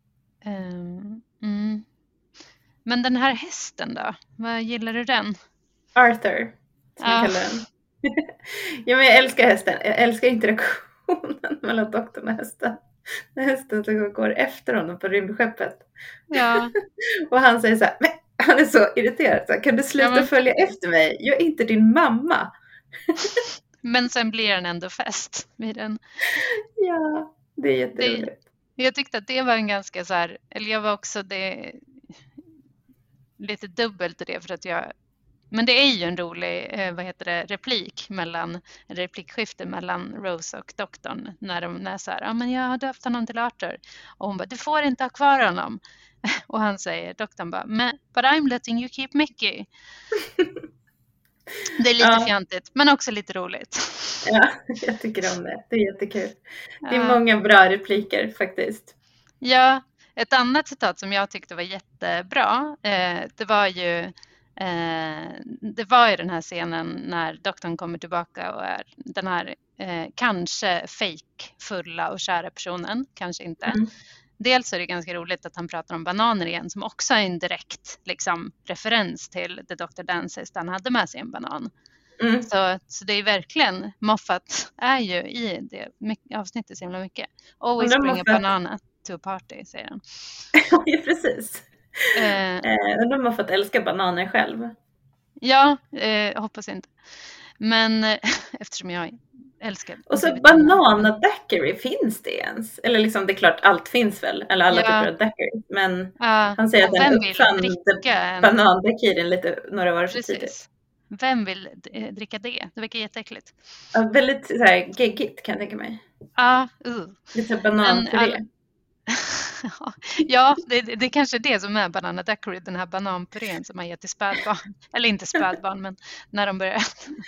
Um, mm. Men den här hästen då? Vad gillar du den? Arthur, som jag ah. kallar den. Ja, men jag älskar hästen. Jag älskar interaktionen mellan doktorn och hästen. När hästen som går efter honom på rymdskeppet. Ja. Och han säger så här, men han är så irriterad. Så här, kan du sluta ja, men... följa efter mig? Jag är inte din mamma. Men sen blir den ändå fest vid den. Ja, det är jätteroligt. Det, jag tyckte att det var en ganska så här, eller jag var också det lite dubbelt i det för att jag, men det är ju en rolig, eh, vad heter det, replik mellan, en replikskifte mellan Rose och doktorn när de när så här, ja men jag har döpt honom till Arthur och hon bara, du får inte ha kvar honom. Och han säger, doktorn bara, men but I'm letting you keep Mickey. Det är lite ja. fjantigt, men också lite roligt. Ja, jag tycker om det. Det är jättekul. Det är ja. många bra repliker faktiskt. Ja, ett annat citat som jag tyckte var jättebra, eh, det var ju eh, det var ju den här scenen när doktorn kommer tillbaka och är den här eh, kanske fake fulla och kära personen, kanske inte. Mm. Dels är det ganska roligt att han pratar om bananer igen som också är en direkt liksom, referens till The doctor Dances där han hade med sig en banan. Mm. Så, så det är verkligen, Moffat är ju i det mycket, avsnittet så himla mycket. Always bring Moffat... a banana to a party, säger han. Ja, precis. Eh, Undrar om Moffat älskar bananer själv. Ja, eh, hoppas inte. Men eh, eftersom jag älskar. Och så bananadaiquiri, finns det ens? Eller liksom, det är klart, allt finns väl. Eller alla ja. typer av daiquiri. Men uh, han säger att den uppfann banandaiquirin lite några år för tidigt. Vem vill dricka det? Det verkar jätteäckligt. Ja, väldigt så här geggigt kan jag tänka mig. Ja, uh. Lite bananpuré. Ja, det, det är kanske det som är bananadaiquiri, den här bananpurén som man ger till spädbarn. Eller inte spädbarn, men när de börjar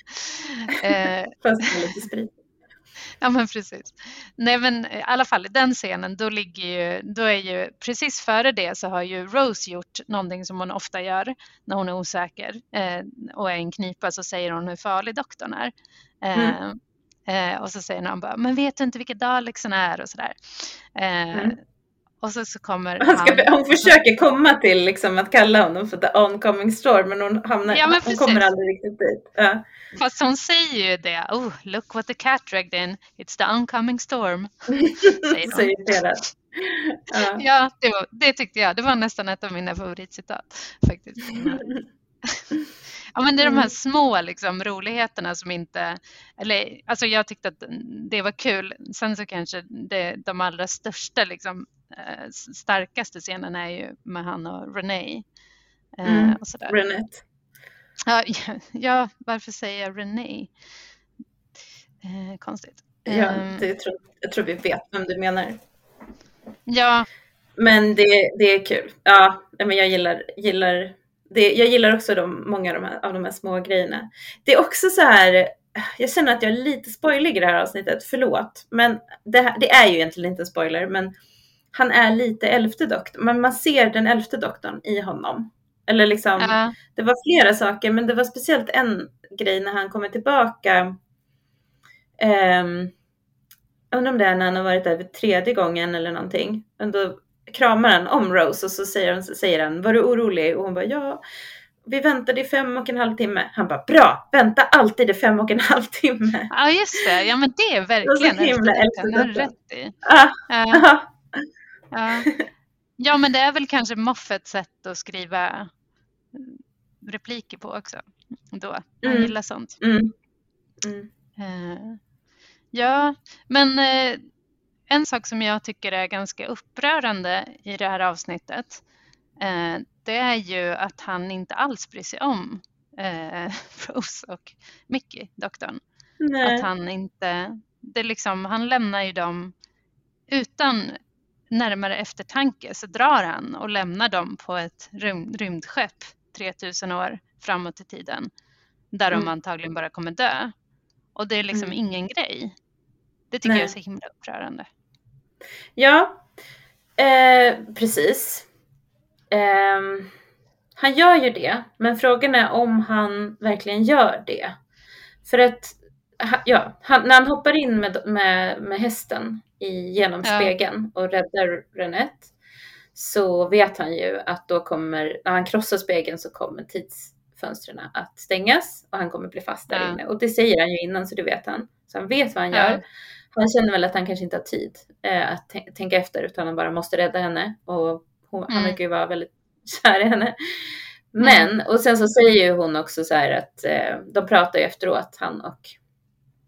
eh, Fast med lite sprit. Ja, men precis. Nej, men i alla fall i den scenen, då ligger ju, då är ju precis före det så har ju Rose gjort någonting som hon ofta gör när hon är osäker eh, och är en knipa, så säger hon hur farlig doktorn är. Eh, mm. eh, och så säger han bara, men vet du inte vilket Daleksen är och sådär. Eh, mm. Och så, så kommer han, ska, han hon försöker komma till liksom, att kalla honom för the oncoming storm, men hon, hamnar, ja, men hon kommer aldrig riktigt dit. Ja. Fast hon säger ju det. Oh, look what the cat dragged in. It's the oncoming storm. Säger säger det. Ja, ja det, var, det tyckte jag. Det var nästan ett av mina favoritcitat faktiskt. Ja, men det är de här små liksom, roligheterna som inte, eller alltså jag tyckte att det var kul. Sen så kanske det, de allra största liksom, starkaste scenen är ju med han och Renee. Mm, och sådär. Renette. Ja, ja, ja, varför säger jag Renee? Eh, konstigt. Ja, det tror, jag tror vi vet vem du menar. Ja. Men det, det är kul. Ja, men jag gillar, gillar det, jag gillar också de, många av de, här, av de här små grejerna. Det är också så här, jag känner att jag är lite spoilig i det här avsnittet, förlåt. Men det, här, det är ju egentligen inte en spoiler, men han är lite elfte doktorn. Men man ser den elfte doktorn i honom. Eller liksom, uh. det var flera saker, men det var speciellt en grej när han kommer tillbaka. Um, jag undrar om det är när han har varit där för tredje gången eller någonting. Och då kramar han om Rose och så säger han, så säger han, var du orolig? Och hon bara, ja, vi väntade i fem och en halv timme. Han bara, bra, vänta alltid i fem och en halv timme. Ja, just det. Ja, men det är verkligen så himla elfte rätt i. Ah. Uh. Ja. Ja, men det är väl kanske Moffats sätt att skriva repliker på också. Då. Jag mm. gillar sånt. Mm. Mm. Uh, ja, men uh, en sak som jag tycker är ganska upprörande i det här avsnittet, uh, det är ju att han inte alls bryr sig om uh, Rose och Mickey, doktorn. Nej. Att han inte, det liksom, han lämnar ju dem utan närmare eftertanke, så drar han och lämnar dem på ett rym- rymdskepp tre tusen år framåt i tiden där mm. de antagligen bara kommer dö. Och det är liksom mm. ingen grej. Det tycker Nej. jag är så himla upprörande. Ja, eh, precis. Eh, han gör ju det, men frågan är om han verkligen gör det. För att ja, han, när han hoppar in med, med, med hästen i genom spegeln och räddar Renette, så vet han ju att då kommer, när han krossar spegeln så kommer tidsfönstren att stängas och han kommer bli fast där ja. inne. Och det säger han ju innan, så det vet han. Så han vet vad han ja. gör. Han känner väl att han kanske inte har tid eh, att t- tänka efter, utan han bara måste rädda henne. Och hon, mm. han verkar ju vara väldigt kär i henne. Men, mm. och sen så säger ju hon också så här att eh, de pratar ju efteråt, han och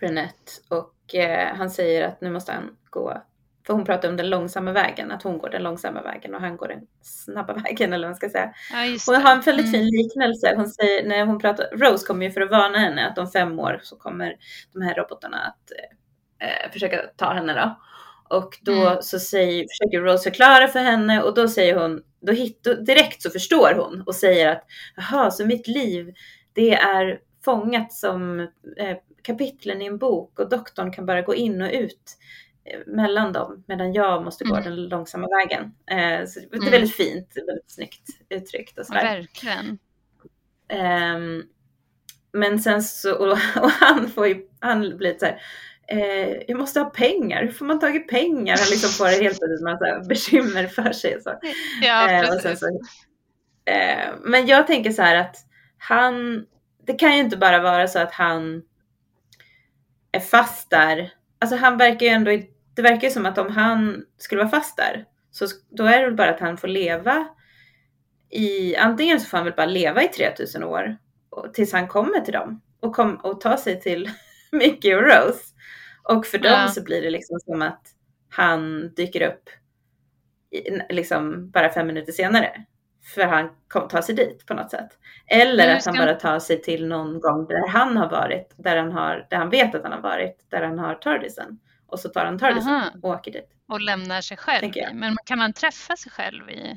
Renette och eh, han säger att nu måste han gå, för hon pratar om den långsamma vägen, att hon går den långsamma vägen och han går den snabba vägen, eller vad man ska säga. Ja, just Hon det. har en väldigt Mm. fin liknelse. Hon säger, när hon pratar, Rose kommer ju för att varna henne att om fem år så kommer de här robotarna att eh, försöka ta henne då. Och då Mm. så säger, försöker Rose förklara för henne och då säger hon, då hit, då, direkt så förstår hon och säger att jaha, så mitt liv det är fångat som eh, kapitlen i en bok och doktorn kan bara gå in och ut eh, mellan dem medan jag måste gå Mm. den långsamma vägen. Eh, så det är Mm. väldigt fint, väldigt snyggt uttryckt och Ja, sådär. verkligen. Um, men sen så, och, och han får ju, han blir så här, eh, jag måste ha pengar, hur får man tag i pengar? Han liksom får helt en massa bekymmer för sig och så. Ja, Eh, precis. och sen så, eh, men jag tänker så här att han, det kan ju inte bara vara så att han är fast där. Alltså han verkar ju ändå, det verkar ju som att om han skulle vara fast där så då är det väl bara att han får leva i, antingen så får han väl bara leva i tre tusen år och, tills han kommer till dem och, kom, och tar sig till Mickey och Rose. Och för dem Ja. så blir det liksom som att han dyker upp i, liksom bara fem minuter senare. För han kom, tar sig dit på något sätt. Eller Men att han ska- bara tar sig till någon gång där han har varit. Där han, har, där han vet att han har varit. Där han har Tardisen. Och så tar han Tardisen Aha. och åker dit. Och lämnar sig själv Tänker jag. i. Men kan man träffa sig själv i,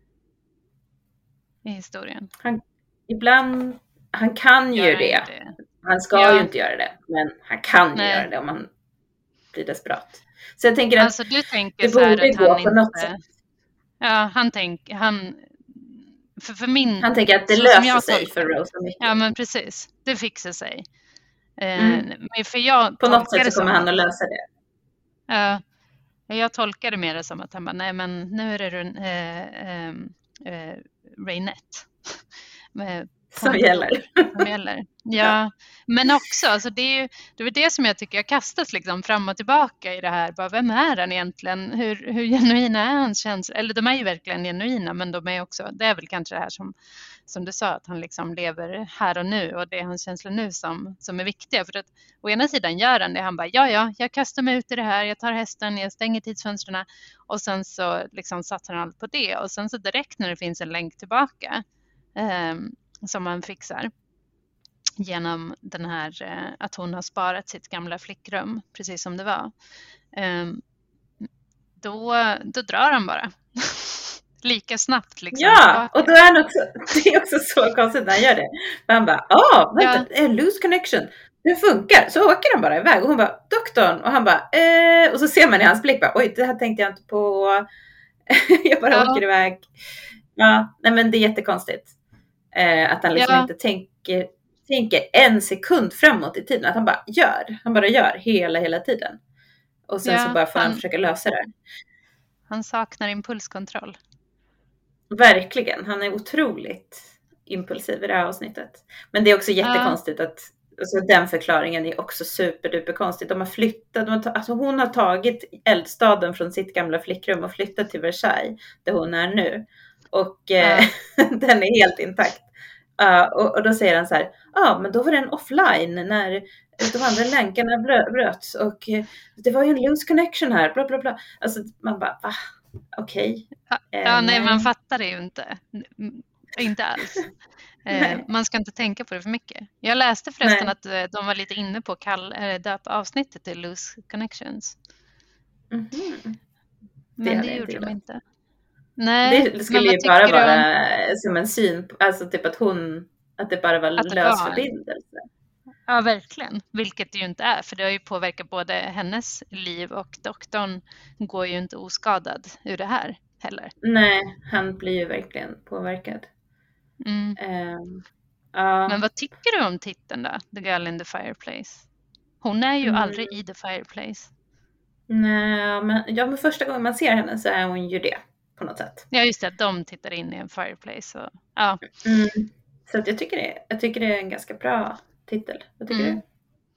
i historien? Han, ibland, han kan Gör ju han det. inte? Han ska Ja. ju inte göra det. Men han kan ju Nej. göra det om han blir desperat. Så jag tänker att Alltså du tänker det så här borde att gå han på inte... något sätt. Ja, han tänker... Han, för, för min... Han tänker att det så som löser jag sig tolkar- för Rose och Mickey. Ja, men precis. Det fixar sig. Eh, Mm. men för jag På något tolkar det sätt så kommer som han att lösa det. Ja, jag tolkar det mer som att han bara, nej men nu är det äh, äh, äh, Renette med Som gäller. som gäller. Ja, men också, alltså det är ju det är det som jag tycker jag kastas liksom fram och tillbaka i det här. Bara, vem är han egentligen? Hur, hur genuina är hans känslor? Eller de är ju verkligen genuina, men de är också, det är väl kanske det här som, som du sa, att han liksom lever här och nu och det är hans känslor nu som, som är viktiga. För att å ena sidan gör han det, han bara, ja ja, jag kastar mig ut i det här, jag tar hästen, jag stänger tidsfönsterna och sen så liksom satsar han allt på det. Och sen så direkt när det finns en länk tillbaka eh, som man fixar genom den här eh, att hon har sparat sitt gamla flickrum precis som det var. Eh, då, då drar han bara. Lika snabbt liksom. Ja, tillbaka. och då är han också, det är också så konstigt när han gör det. Men han bara, ah, vänta, ja. loose connection. Det funkar. Så åker han bara iväg och hon bara, doktorn. Och han bara, eh, och så ser man i hans blick bara, oj, det här tänkte jag inte på. Jag bara Ja. åker iväg. Ja, nej men det är jättekonstigt. Eh, att han liksom Ja. inte tänker, tänker en sekund framåt i tiden. Att han bara gör. Han bara gör hela, hela tiden. Och sen Ja, så bara får han, han- försöka lösa det. Han saknar impulskontroll. Verkligen. Han är otroligt impulsiv i det här avsnittet. Men det är också jättekonstigt att alltså, den förklaringen är också superduper konstigt. De har flyttat, de har ta, alltså hon har tagit eldstaden från sitt gamla flickrum och flyttat till Versailles där hon är nu. Och eh, den är helt intakt. Uh, och, och då säger han så här, ja ah, men då var den offline när de andra länkarna brö- bröts och eh, det var ju en loose connection här, bla bla bla. Alltså man bara, va? Okej. Ja, Eh, ja, nej, nej. man fattar det ju inte. Mm, Inte alls. Eh, Nej. man ska inte tänka på det för mycket. Jag läste förresten Nej. att eh, de var lite inne på att kall- eller döpa avsnittet till Loose Connections. Mhm. Men hade det, jag gjorde inte de gillat. inte. Nej, Det, det men skulle vad ju bara tycker du om- vara som en syn, på- alltså typ att hon, att det bara var Att det lös var- förbindelse. Ja, verkligen. Vilket det ju inte är. För det har ju påverkat både hennes liv och doktorn går ju inte oskadad ur det här heller. Nej, han blir ju verkligen påverkad. Mm. Ehm, ja, Men vad tycker du om titeln då? The Girl in the Fireplace. Hon är ju Mm. aldrig i the fireplace. nej, men, ja, men första gången man ser henne så är hon ju det på något sätt. Ja, just det. Att de tittar in i en fireplace. Och, ja. Mm. Så att jag, tycker det, jag tycker det är en ganska bra titel. Vad tycker Mm. du?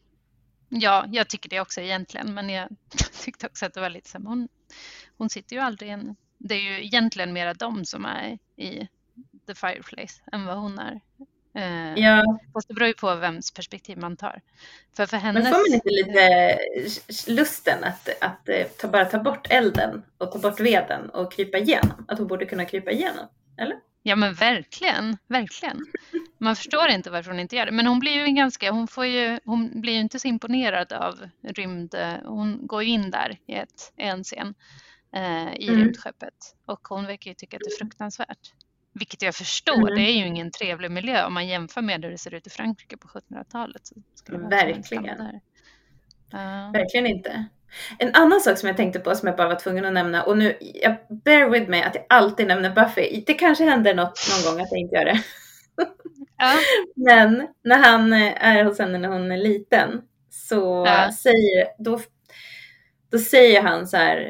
ja, jag tycker det också egentligen. Men jag tyckte också att det var lite så här, hon, hon sitter ju aldrig i en... Det är ju egentligen mera de som är i the fireplace än vad hon är. Eh, Ja. Fast det beror ju på vems perspektiv man tar. För för hennes, Men får man inte lite lusten att, att, att ta, bara ta bort elden och ta bort veden och krypa igenom? Att hon borde kunna krypa igenom, eller? Ja men verkligen, verkligen. Man förstår inte varför hon inte gör det. Men hon blir ju ganska, hon får ju, hon blir ju inte så imponerad av rymd. Hon går ju in där i ett, en scen eh, i mm. rymdskeppet. Och hon verkar ju tycka att det är fruktansvärt. Vilket jag förstår, mm. det är ju ingen trevlig miljö. Om man jämför med hur det ser ut i Frankrike på sjuttonhundratalet. Så skulle det verkligen. Där. Uh. Verkligen inte. En annan sak som jag tänkte på som jag bara var tvungen att nämna. Och nu, jag bear with me att jag alltid nämner Buffy. Det kanske händer något någon gång att jag inte gör det. Ja. Men när han är hos henne när hon är liten. Så ja. säger, då, då säger han så här.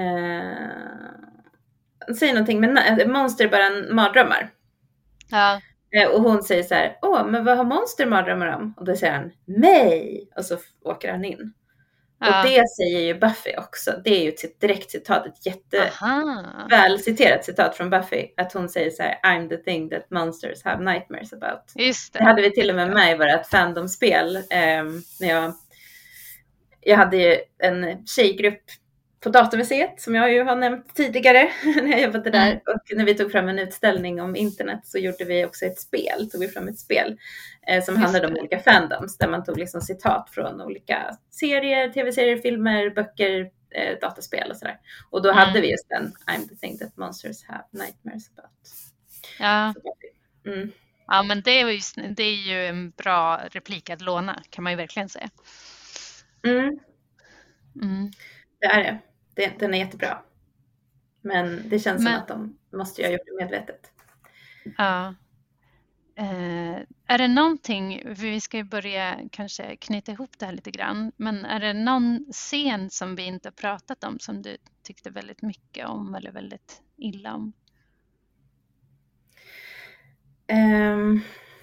Eh, han säger någonting med monster bara en mardrömmar. Ja. Och hon säger så här, åh, men vad har monster mardrömmar om? Och då säger han, mig! Och så åker han in. Ja. Och det säger ju Buffy också. Det är ju ett direkt citat, ett jätteväl citerat citat från Buffy. Att hon säger så här, I'm the thing that monsters have nightmares about. Just det. Det hade vi till och med med i vårt fandomspel. Eh, när jag, jag hade ju en tjejgrupp på Datamuseet som jag ju har nämnt tidigare när jag jobbade där. Mm. Och när vi tog fram en utställning om internet så gjorde vi också ett spel. Tog vi fram ett spel eh, som Just handlade det. om olika fandoms. Där man tog liksom citat från olika serier, tv-serier, filmer, böcker, eh, dataspel och sådär. Och då mm. hade vi just den I'm the thing that monsters have nightmares about. Ja, mm. ja men det är, ju, det är ju en bra replik att låna kan man ju verkligen säga. Mm. Mm. Det är det. det. Den är jättebra. Men det känns Men, som att de måste jag gjort det medvetet. Ja. Eh, är det någonting, vi ska ju börja kanske knyta ihop det här lite grann. Men är det någon scen som vi inte har pratat om som du tyckte väldigt mycket om eller väldigt illa om? Um,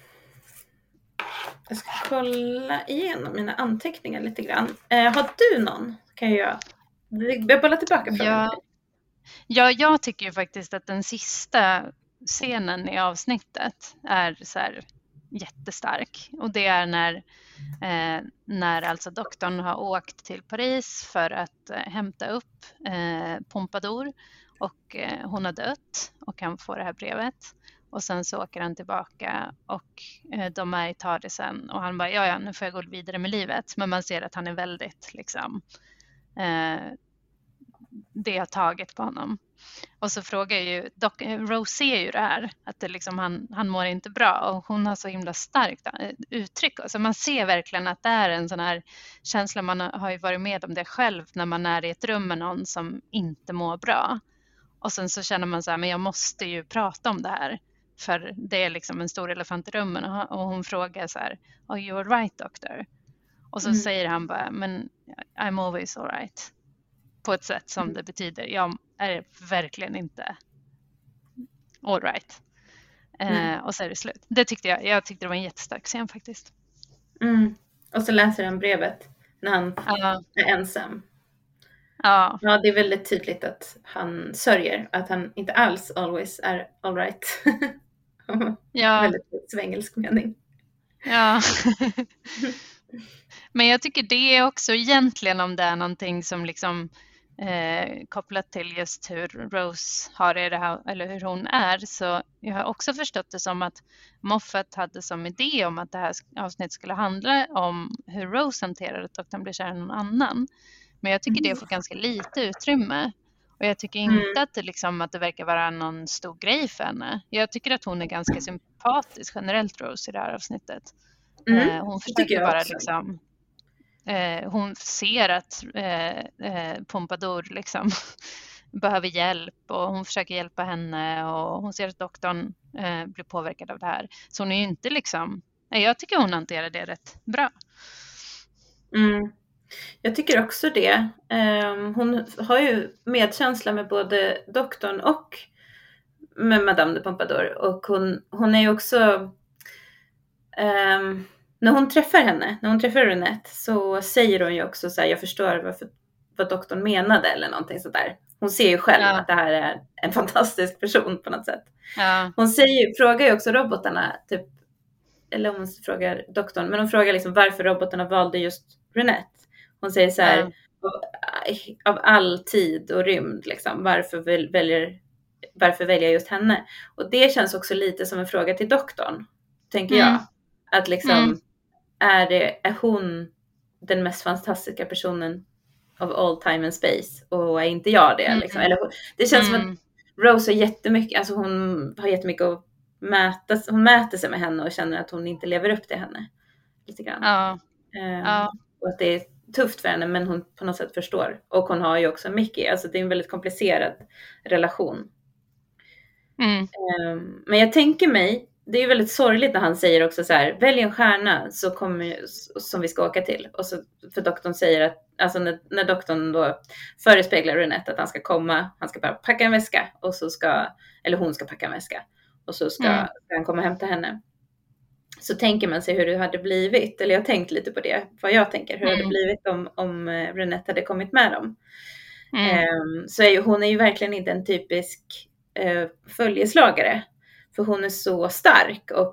jag ska kolla igenom mina anteckningar lite grann. Uh, har du någon? Kan jag Jag bollar tillbaka från ja. ja, jag tycker ju faktiskt att den sista scenen i avsnittet är så här jättestark. Och det är när, eh, när alltså doktorn har åkt till Paris för att eh, hämta upp eh, Pompadour. Och eh, hon har dött och han får det här brevet. Och sen så åker han tillbaka och eh, de är i Tardisen. Och han bara, ja ja, nu får jag gå vidare med livet. Men man ser att han är väldigt liksom... Eh, det har tagit på honom. Och så frågar ju doc- Rose ser ju det här att det liksom, han, han mår inte bra och hon har så himla starkt uttryck. Alltså man ser verkligen att det är en sån här känsla, man har ju varit med om det själv när man är i ett rum med någon som inte mår bra. Och sen så känner man så här, men jag måste ju prata om det här för det är liksom en stor elefant i rummen och hon frågar så här, are you all right doctor? Och så mm. säger han bara, men I'm always all right. På ett sätt som det betyder, jag är verkligen inte all right. Mm. Eh, och så är det slut. Det tyckte jag, jag tyckte det var en jättestark scen faktiskt. Mm. Och så läser han brevet när han uh. är ensam. Ja. Ja, det är väldigt tydligt att han sörjer, att han inte alls always är all right. Ja. Väldigt svengelsk mening. Ja. Men jag tycker det är också egentligen om det är någonting som liksom eh, kopplat till just hur Rose har det här, eller hur hon är. Så jag har också förstått det som att Moffat hade som idé om att det här avsnittet skulle handla om hur Rose hanterade att doktorn blir kär i någon annan. Men jag tycker det får ganska lite utrymme. Och jag tycker inte mm. att, det liksom, att det verkar vara någon stor grej för henne. Jag tycker att hon är ganska sympatisk generellt, Rose, i det här avsnittet. Mm. Eh, hon försöker bara liksom... Eh, hon ser att eh, eh, Pompadour liksom behöver hjälp och hon försöker hjälpa henne och hon ser att doktorn eh, blir påverkad av det här. Så hon är ju inte liksom... Eh, jag tycker hon hanterar det rätt bra. Mm. Jag tycker också det. Um, hon har ju medkänsla med både doktorn och med Madame de Pompadour. Och hon, hon är ju också... Um, när hon träffar henne, när hon träffar Runette, så säger hon ju också så här, jag förstår varför, vad doktorn menade eller någonting sådär. Hon ser ju själv ja. att det här är en fantastisk person på något sätt. Ja. Hon säger, frågar ju också robotarna typ, eller hon frågar doktorn, men hon frågar liksom varför robotarna valde just Renette. Hon säger så här, Ja. av, av all tid och rymd, liksom, varför väl, väljer, varför väljer jag just henne? Och det känns också lite som en fråga till doktorn, tänker Mm. jag. Att liksom, Mm. är, det, är hon den mest fantastiska personen of all time and space? Och är inte jag det? Mm. Liksom? Eller, det känns Mm. som att Rose har jättemycket, alltså hon har jättemycket att mäta, hon mäter sig med henne och känner att hon inte lever upp till henne. Lite grann. Ja. Um, Ja. Och att det är tufft för henne, men hon på något sätt förstår. Och hon har ju också Mickey, alltså det är en väldigt komplicerad relation. Mm. Um, men jag tänker mig, det är ju väldigt sorgligt när han säger också så här, välj en stjärna så kommer, som vi ska åka till. Och så, för doktorn säger att, alltså när, när doktorn då förespeglar Renette att han ska komma, han ska bara packa en väska och så ska, eller hon ska packa en väska och så ska, Mm. ska han komma och hämta henne. Så tänker man sig hur det hade blivit, eller jag har tänkt lite på det, vad jag tänker, hur det Mm. hade blivit om, om Renette hade kommit med dem. Mm. Um, så är ju, hon är ju verkligen inte en typisk uh, följeslagare. För hon är så stark och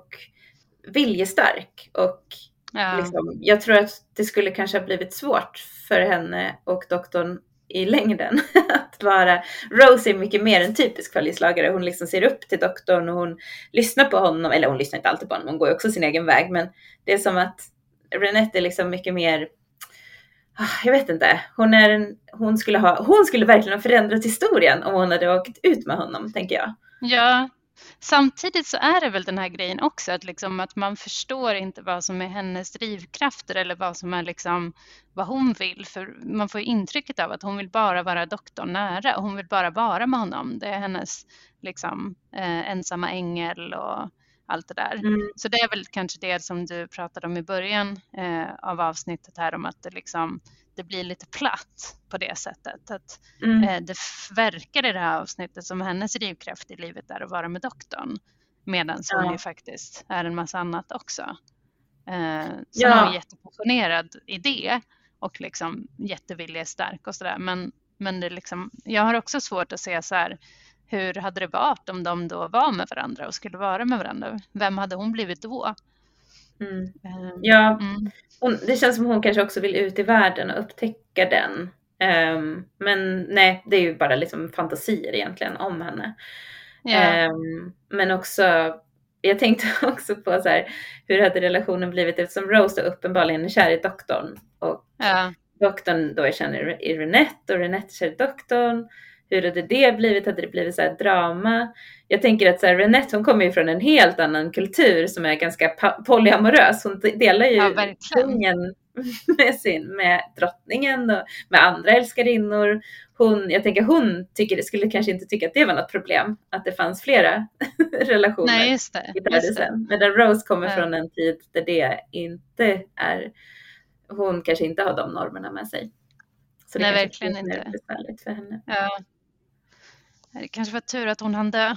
viljestark. Och Ja. liksom, jag tror att det skulle kanske ha blivit svårt för henne och doktorn i längden att vara. Rose är mycket mer en typisk följeslagare. Hon liksom ser upp till doktorn och hon lyssnar på honom. Eller hon lyssnar inte alltid på honom, hon går ju också sin egen väg. Men det är som att Renette är liksom mycket mer, jag vet inte, hon, är en, hon, skulle ha, hon skulle verkligen ha förändrat historien om hon hade åkt ut med honom, tänker jag. Ja, samtidigt så är det väl den här grejen också, att, liksom, att man förstår inte vad som är hennes drivkrafter eller vad som är liksom, vad hon vill. För man får ju intrycket av att hon vill bara vara doktorn nära, hon vill bara vara med honom. Det är hennes liksom, eh, ensamma ängel och allt det där. Mm. Så det är väl kanske det som du pratade om i början eh, av avsnittet här, om att det, liksom, det blir lite platt på det sättet. Att Mm. eh, det verkar i det här avsnittet som hennes drivkraft i livet är att vara med doktorn. Medan hon Ja. ju faktiskt är en massa annat också. Eh, så Ja. hon är jättepassionerad i det och liksom jättevillig, stark och sådär. Men, men det liksom, jag har också svårt att se så här, hur hade det varit om de då var med varandra och skulle vara med varandra? Vem hade hon blivit då? Mm. Eh, Ja, mm. hon, det känns som hon kanske också vill ut i världen och upptäcka den. Um, men nej, det är ju bara liksom fantasier egentligen om henne. Ja. Um, men också, jag tänkte också på så här, hur hade relationen blivit eftersom Rose då uppenbarligen är kär i doktorn. Och Ja. doktorn då är kär i Renette och Renette är kär i doktorn. Hur hade det blivit? Hade det blivit så här drama? Jag tänker att så här, Renette, hon kommer ju från en helt annan kultur som är ganska pa- polyamorös. Hon delar ju Ja, verkligen. kungen med, sin, med drottningen och med andra älskarinnor. Hon, jag tänker hon tycker, skulle kanske inte tycka att det var något problem. Att det fanns flera relationer. Nej, just det. i Just det. Medan Rose kommer Ja. från en tid där det inte är, hon kanske inte har de normerna med sig. Så det Nej, kanske verkligen blir mer inte. besvärligt för henne. Ja. Det kanske var tur att hon hann dö.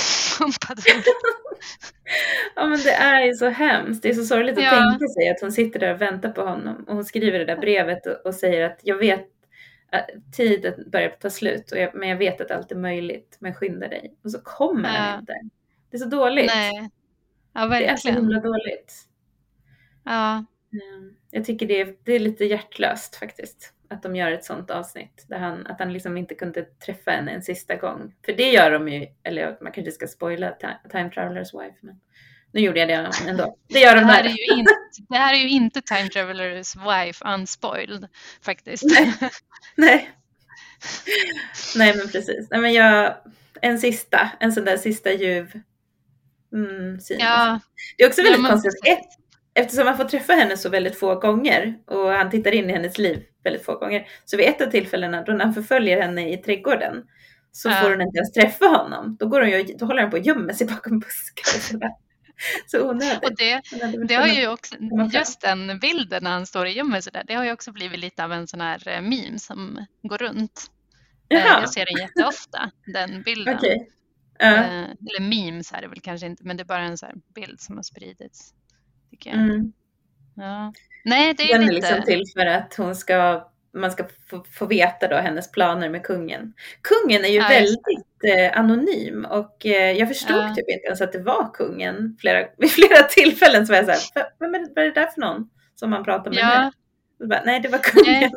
Ja, men det är ju så hemskt. Det är så sorgligt att Ja. tänka sig att hon sitter där och väntar på honom. Och hon skriver det där brevet och, och säger att jag vet att tiden börjar ta slut. Och jag, men jag vet att allt är möjligt. Men skynda dig. Och så kommer Ja. den inte. Det är så dåligt. Nej. Ja, det är så verkligen. himla dåligt. Ja. Mm. Jag tycker det är, det är lite hjärtlöst faktiskt. Att de gör ett sånt avsnitt. Där han, att han liksom inte kunde träffa henne en sista gång. För det gör de ju. Eller man kanske ska spoila Time, time Traveler's Wife. Men nu gjorde jag det ändå. Det gör Det de här, där. är ju inte, det här är ju inte Time Traveler's Wife unspoiled faktiskt. Nej. Nej. Nej, men precis. Nej, men jag, en sista. En sån där sista ljuv mm, syn. Ja. Det är också väldigt Ja, men- konstigt. Ett, eftersom man får träffa henne så väldigt få gånger. Och han tittar in i hennes liv väldigt få gånger. Så vid ett av tillfällena då han förföljer henne i trädgården. Så Ja. får hon inte ens träffa honom. Då, går hon ju, då håller han på och gömmer sig bakom buskar. Och sådär. Så onödigt. Och det, Hon hade väl det har kunnat ju också, komma fram. just den bilden när han står och gömmer sig där, det har ju också blivit lite av en sån här eh, meme som går runt. Eh, Jaha. Jag ser den jätteofta, den bilden. Okej. Ja. Eh, Eller memes är det väl kanske inte, men det är bara en sån här bild som har spridits. Tycker jag. Mm. Ja. Nej, det är Den är lite... liksom till för att hon ska man ska få, få veta då hennes planer med kungen. Kungen är ju Ja, väldigt eh, anonym och eh, jag förstod Ja. typ inte ens att det var kungen. Flera, vid flera tillfällen så var jag så här, vem är, vad är det där för någon som man pratar med Ja. nu? Bara, nej, det var kungen. Nej.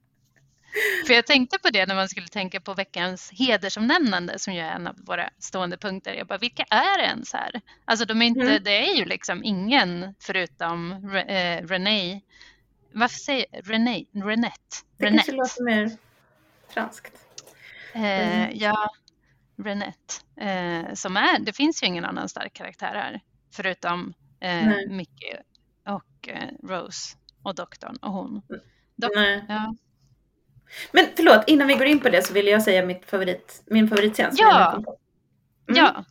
För jag tänkte på det när man skulle tänka på veckans hedersomnämnande som ju är en av våra stående punkter. Jag bara, vilka är det ens här? Alltså de är inte, Mm. det är ju liksom ingen förutom eh, Renee. Varför säger Renee? Renette? Det Renette. kanske låter mer franskt. Eh, Mm. ja, Renette. Eh, som är, det finns ju ingen annan stark karaktär här. Förutom eh, Nej. Mickey och eh, Rose och doktorn och hon. Dok- Nej. ja. Men förlåt, innan vi går in på det så vill jag säga mitt favorit, min favoritscen. Som Ja. jag kom på. Mm. Ja.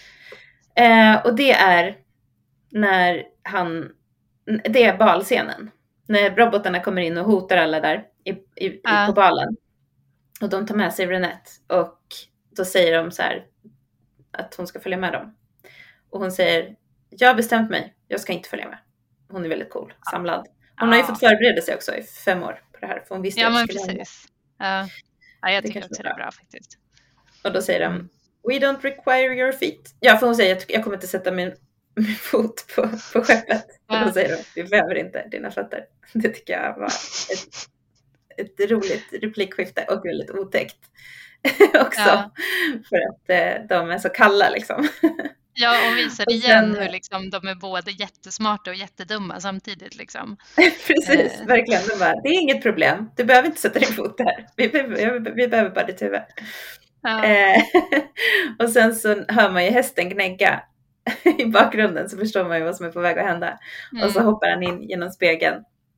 Eh, och det är när han, det är balscenen. När robotarna kommer in och hotar alla där i, i, Ja. på balen. Och de tar med sig Renette. Och då säger de så här att hon ska följa med dem. Och hon säger, jag har bestämt mig, jag ska inte följa med. Hon är väldigt cool, samlad. Hon Ja. har ju fått förbereda sig också i fem år på det här. För hon visste Ja, att det men skulle hända. precis. Ja. Ja, jag Det tycker kanske också var det är bra. bra faktiskt. Och då säger de, Mm. we don't require your feet. Ja, för hon säger att jag kommer inte sätta min, min fot på, på skeppet. Ja. Och då säger de, vi behöver inte dina fötter. Det tycker jag var ett, ett roligt replikskifte och väldigt otäckt också. Ja. För att eh, de är så kalla liksom. Ja, och visar Och igen sen- hur liksom de är både jättesmarta och jättedumma samtidigt liksom. Precis, Eh. verkligen. De bara, det är inget problem. Du behöver inte sätta din fot där. Vi behöver, vi behöver bara ditt huvud. Ja. Eh, och sen så hör man ju hästen gnägga i bakgrunden, så förstår man ju vad som är på väg att hända. Mm. Och så hoppar han in genom spegeln.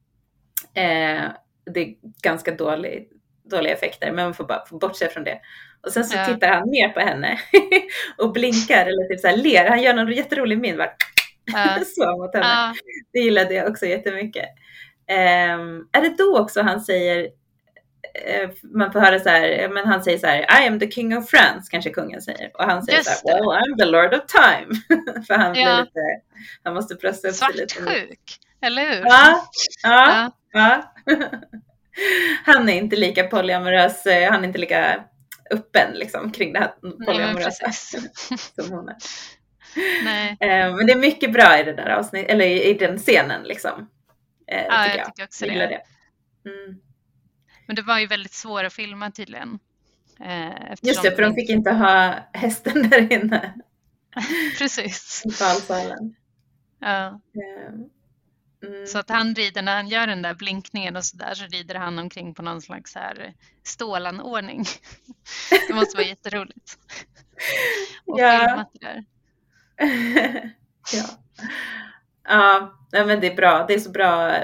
Eh, det är ganska dålig, dåliga effekter, men man får bara få bortse från det. Och sen så Ja. tittar han ner på henne och blinkar eller typ så här ler. Han gör någon jätterolig min, bara Ja. så mot henne. Ja. Det gillade jag också jättemycket. Eh, är det då också han säger, eh, man får höra så här, men han säger så här, I am the king of France, kanske kungen säger. Och han säger Just så här, well, I'm the lord of time. För han blir Ja. lite, han måste brösta upp sig lite. Svartsjuk, eller hur? Ja, ja, Ja. ja. Han är inte lika polyamorös, eh, han är inte lika öppen liksom kring det här Nej, men polyamorösa precis. som hon är. Nej. Eh, men det är mycket bra i det där avsnittet, eller i, i den scenen liksom. Eh, Ja, tycker jag tycker också jag gillar det. det. Mm. Men det var ju väldigt svårt att filma tydligen. Eh, eftersom Just det, för de fick inte ha hästen där inne Precis. i balsalen. Ja. Eh, mm. Så att han rider, när han gör den där blinkningen och så där, så rider han omkring på någon slags så här stålanordning. Det måste vara jätteroligt. Och Ja. filmat det där. Ja, ja, nej, men det är bra. Det är så bra.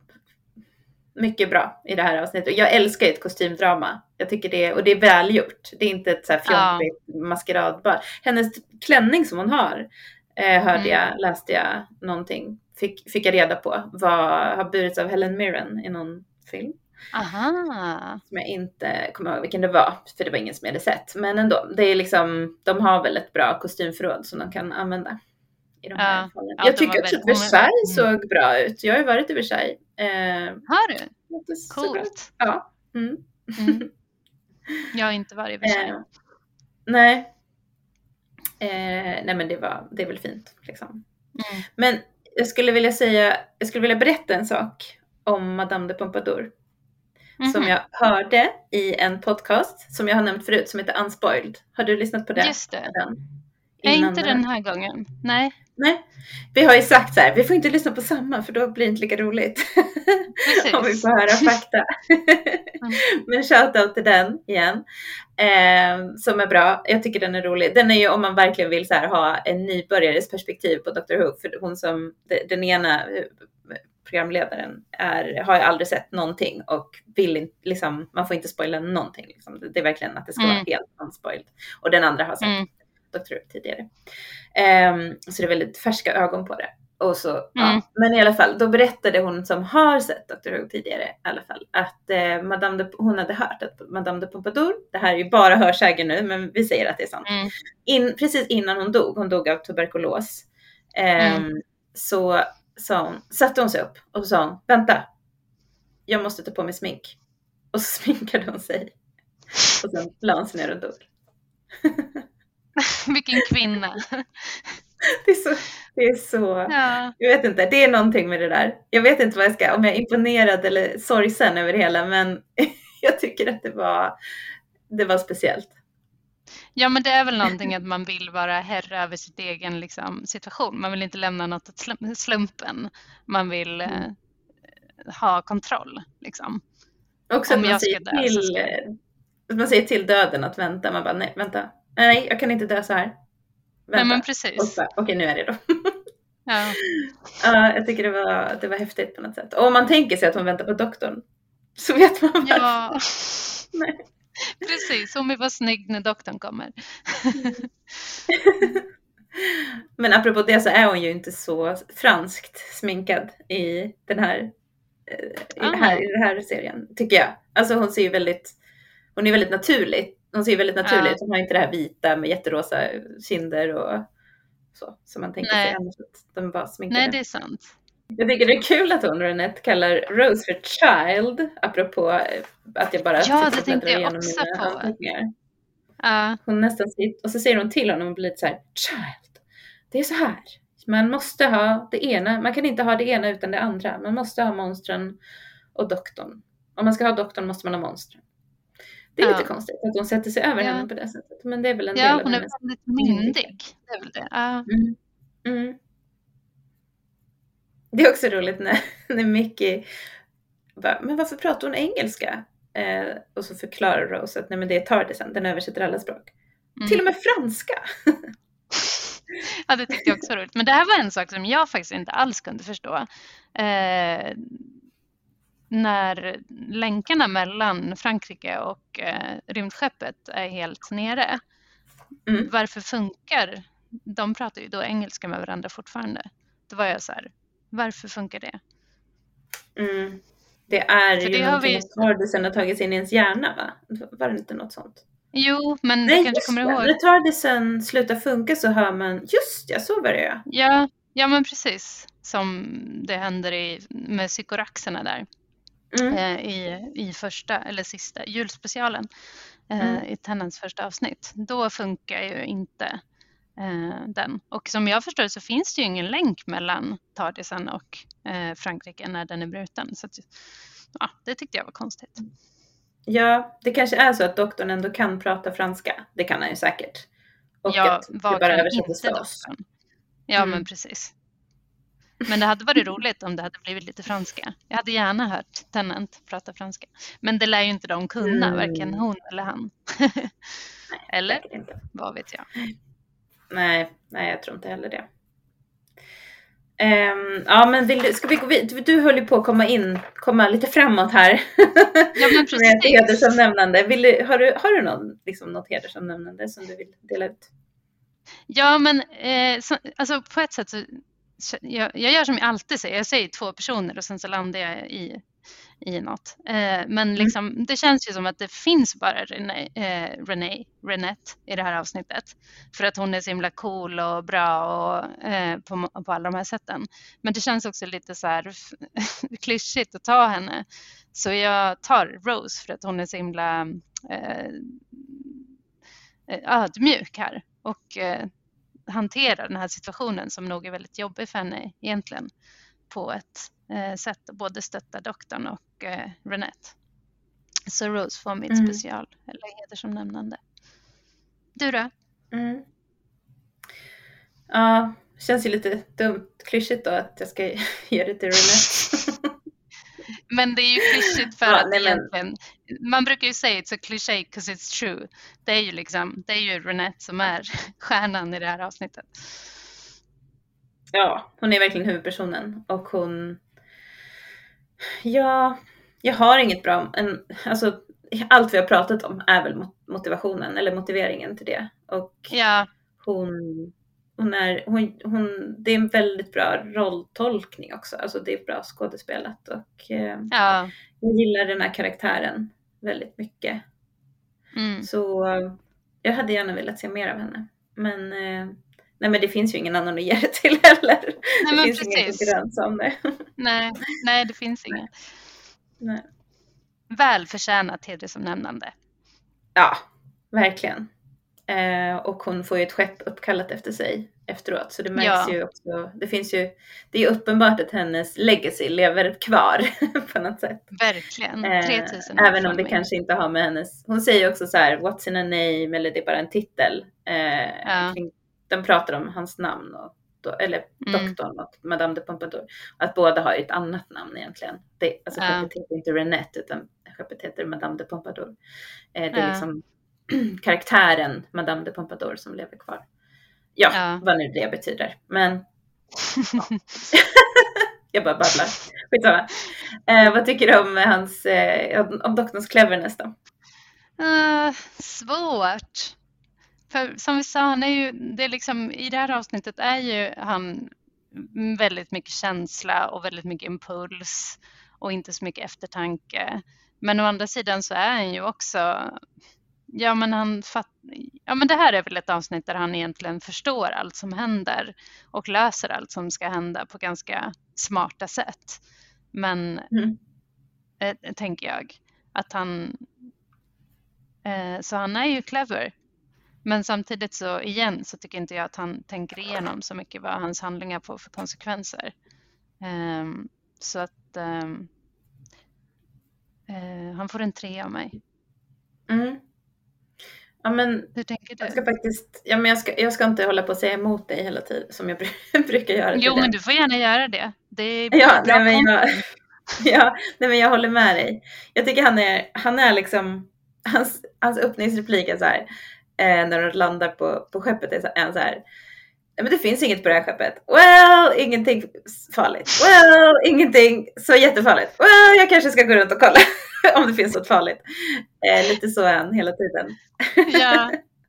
Mycket bra i det här avsnittet. Jag älskar ett kostymdrama. Jag tycker det, och det är välgjort. Det är inte ett så här fjompigt ja. maskeradball. Hennes klänning som hon har, eh, hörde jag, mm. läste jag någonting. Fick, fick jag reda på. Var, har burits av Helen Mirren i någon film. Aha. Som jag inte kommer ihåg vilken det var. För det var ingen som jag hade sett. Men ändå. Det är liksom, de har väl ett bra kostymförråd som de kan använda. I de här ja. fallen. Ja, jag tycker också att Versailles mm. såg bra ut. Jag har ju varit i Versailles. Eh, har du? Coolt. Ja. Mm. Mm. Jag har inte varit i Versailles. Eh, nej. Eh, nej men det var, det är väl fint liksom. Mm. Men jag skulle vilja säga, jag skulle vilja berätta en sak om Madame de Pompadour. Mm-hmm. Som jag hörde i en podcast som jag har nämnt förut som heter Unspoiled. Har du lyssnat på det? Just det. Den? Nej, inte den här gången. Nej. Nej. Vi har ju sagt så här, vi får inte lyssna på samma för då blir det inte lika roligt. Om vi får höra fakta. Mm. Men shoutout till den igen. Eh, som är bra. Jag tycker den är rolig. Den är ju om man verkligen vill så här, ha en nybörjares perspektiv på Doctor Who. För hon som, den ena programledaren är, har ju aldrig sett någonting och vill inte, liksom, man får inte spoila någonting. Liksom. Det är verkligen att det ska mm. vara helt unspoiled. Och den andra har sett mm. Doctor Who tidigare. Um, så det är väldigt färska ögon på det. Och så, mm. ja. Men i alla fall, då berättade hon som har sett Doctor Who tidigare i alla fall. Att eh, Madame de, hon hade hört att Madame de Pompadour, det här är ju bara hörsägen nu, men vi säger att det är sant. Mm. In, precis innan hon dog, hon dog av tuberkulos. Um, mm. Så sa hon, satte hon sig upp och sa hon, vänta, jag måste ta på mig smink. Och så sminkade hon sig. Och sen la hon sig ner och dog. Vilken kvinna. Det är så, det är så ja. jag vet inte, det är någonting med det där. Jag vet inte vad jag ska, om jag är imponerad eller sorgsen över det hela, men jag tycker att det var, det var speciellt. Ja, men det är väl någonting att man vill vara herre över sitt egen liksom, situation. Man vill inte lämna något åt slumpen. Man vill mm. eh, ha kontroll. Liksom. Också om att man, jag säger ska dö, till, ska jag... att man säger till döden att vänta. Man bara, nej, vänta. Nej, jag kan inte dö så här. Vänta. Nej, men precis. Okej, okay, nu är det då. ja. uh, jag tycker det var, det var häftigt på något sätt. Och om man tänker sig att hon väntar på doktorn, så vet man varför. Ja. nej. Precis, hon är bara snygg när doktorn kommer. Men apropå det så är hon ju inte så franskt sminkad i den här, i, det här, i den här serien, tycker jag. Alltså hon ser ju väldigt, hon är väldigt naturlig. Hon ser väldigt naturligt. Ja. Hon har inte det här vita med jätterosa kinder och så, som man tänker sig annars att de bara sminkade. Nej, det är sant. Jag tycker det är kul att hon, Renette, kallar Rose för child, apropå att jag bara ja, det tänkte jag också på. Uh. Hon nästan sitter, och så säger hon till honom och blir lite så här, child, det är så här. Man måste ha det ena, man kan inte ha det ena utan det andra. Man måste ha monstren och doktorn. Om man ska ha doktorn måste man ha monstren. Det är uh. lite konstigt att hon sätter sig över ja. henne på det sättet. Men det är väl en ja, del av hon är hennes väldigt myndig. Det är väl det. Uh. Mm. Mm. Det är också roligt när, när Mickey bara, men varför pratar hon engelska? Eh, och så förklarar Rose att nej, men det är TARDISen, den översätter alla språk. Mm. Till och med franska. Ja, det tyckte jag också var roligt. Men det här var en sak som jag faktiskt inte alls kunde förstå. Eh, när länkarna mellan Frankrike och eh, rymdskeppet är helt nere. Mm. Varför funkar? De pratar ju då engelska med varandra fortfarande. Då var jag så här, varför funkar det? Mm. Det är För ju det någonting vi... som TARDISen har tagit in i ens hjärna, va? Var det inte något sånt? Jo, men Nej, du kanske kommer ihåg. När TARDISen slutar funka så hör man, just ja, så var det ja. Ja, ja men precis. Som det händer i, med psykoraxerna där. Mm. Eh, i, I första eller sista julspecialen. Eh, mm. I Tennants första avsnitt. Då funkar ju inte eh, den. Och som jag förstår så finns det ju ingen länk mellan TARDISen och eh, Frankrike när den är bruten. Så att, ja, det tyckte jag var konstigt. Ja, det kanske är så att doktorn ändå kan prata franska. Det kan han ju säkert. Och ja, att det bara översätts för oss. Ja, mm. men precis. Men det hade varit roligt om det hade blivit lite franska. Jag hade gärna hört Tennant prata franska. Men det lär ju inte de kunna, mm. varken hon eller han. Nej, eller? Inte. Vad vet jag? Nej, nej, jag tror inte heller det. Um, ja, men vill, ska vi gå vidare? Du höll ju på att komma in, komma lite framåt här. Ja, men precis. Med ett hedersomnämnande. Vill du, har du, har du någon, liksom, något hedersomnämnande som du vill dela ut? Ja, men eh, så, alltså på ett sätt så jag, jag gör som jag alltid säger. Jag säger två personer och sen så landar jag i, i något. Eh, men liksom, mm. det känns ju som att det finns bara René, eh, René, Renette i det här avsnittet. För att hon är så himla cool och bra och, eh, på, på alla de här sätten. Men det känns också lite så här klyschigt att ta henne. Så jag tar Rose för att hon är så himla eh, ödmjuk här. Och eh, hanterar den här situationen som nog är väldigt jobbig för henne egentligen på ett eh, sätt att både stötta doktorn och eh, Renette. Så Rose får mitt mm. special eller hedersomnämnande. Du då? Mm. Ja, känns ju lite dumt, klyschigt då att jag ska ge det till Renette. Men det är ju klyschigt för ja, att nej, egentligen, men... man brukar ju säga it's a cliché because it's true. Det är ju liksom, det är ju Renette som är stjärnan i det här avsnittet. Ja, hon är verkligen huvudpersonen och hon, ja, jag har inget bra, en, alltså allt vi har pratat om är väl motivationen eller motiveringen till det. Och ja. hon Hon är, hon, hon, det är en väldigt bra rolltolkning också. Alltså det är bra skådespelat. Och eh, ja. jag gillar den här karaktären väldigt mycket. Mm. Så jag hade gärna velat se mer av henne. Men, eh, nej, men det finns ju ingen annan att ge det till heller. Nej, det finns precis. ingen konkurrens om det. Nej, nej, det finns ingen. Nej. välförtjänat hedersomnämnande. Ja, verkligen. Eh, och hon får ju ett skepp uppkallat efter sig efteråt. Så det märks ja. ju också. Det finns ju, det är uppenbart att hennes legacy lever kvar på något sätt. Verkligen. tre tusen Eh, även om det mig. kanske inte har med hennes. Hon säger också så här, what's in a name, eller det är bara en titel. Eh, ja. kring, de pratar om hans namn och eller mm. doktorn och Madame de Pompadour. Att båda har ett annat namn egentligen. Det, alltså ja. skeppet heter inte Renette utan skeppet heter Madame de Pompadour. Eh, det är ja. liksom karaktären Madame de Pompadour som lever kvar. Ja, ja. vad nu det betyder. Men ja. jag bara babblar. Skitsamma. Eh, vad tycker du om hans eh, om doktorns cleverness då? Uh, svårt. För som vi sa, han är ju, det är liksom, i det här avsnittet är ju han väldigt mycket känsla och väldigt mycket impuls och inte så mycket eftertanke. Men å andra sidan så är han ju också, ja men han fatt, ja men det här är väl ett avsnitt där han egentligen förstår allt som händer och löser allt som ska hända på ganska smarta sätt. Men mm. äh, tänker jag att han, äh, så han är ju clever. Men samtidigt så igen så tycker inte jag att han tänker igenom så mycket vad hans handlingar får för konsekvenser. Um, så att um, uh, han får en tre av mig. Mm. Ja, men hur tänker du? Jag ska faktiskt, ja, men jag ska, jag ska inte hålla på att säga emot dig hela tiden som jag brukar göra. Jo, men du får gärna göra det. Det är ja, nej, men jag, ja, nej, men jag håller med dig. Jag tycker han är, han är liksom, hans, hans öppningsreplik är så här. Eh, när de landar på, på skeppet är så, är så här, men det finns inget på det här skeppet. Well, ingenting farligt. Well, ingenting så jättefarligt. Well, jag kanske ska gå runt och kolla om det finns något farligt. Eh, lite så är han hela tiden. Ja,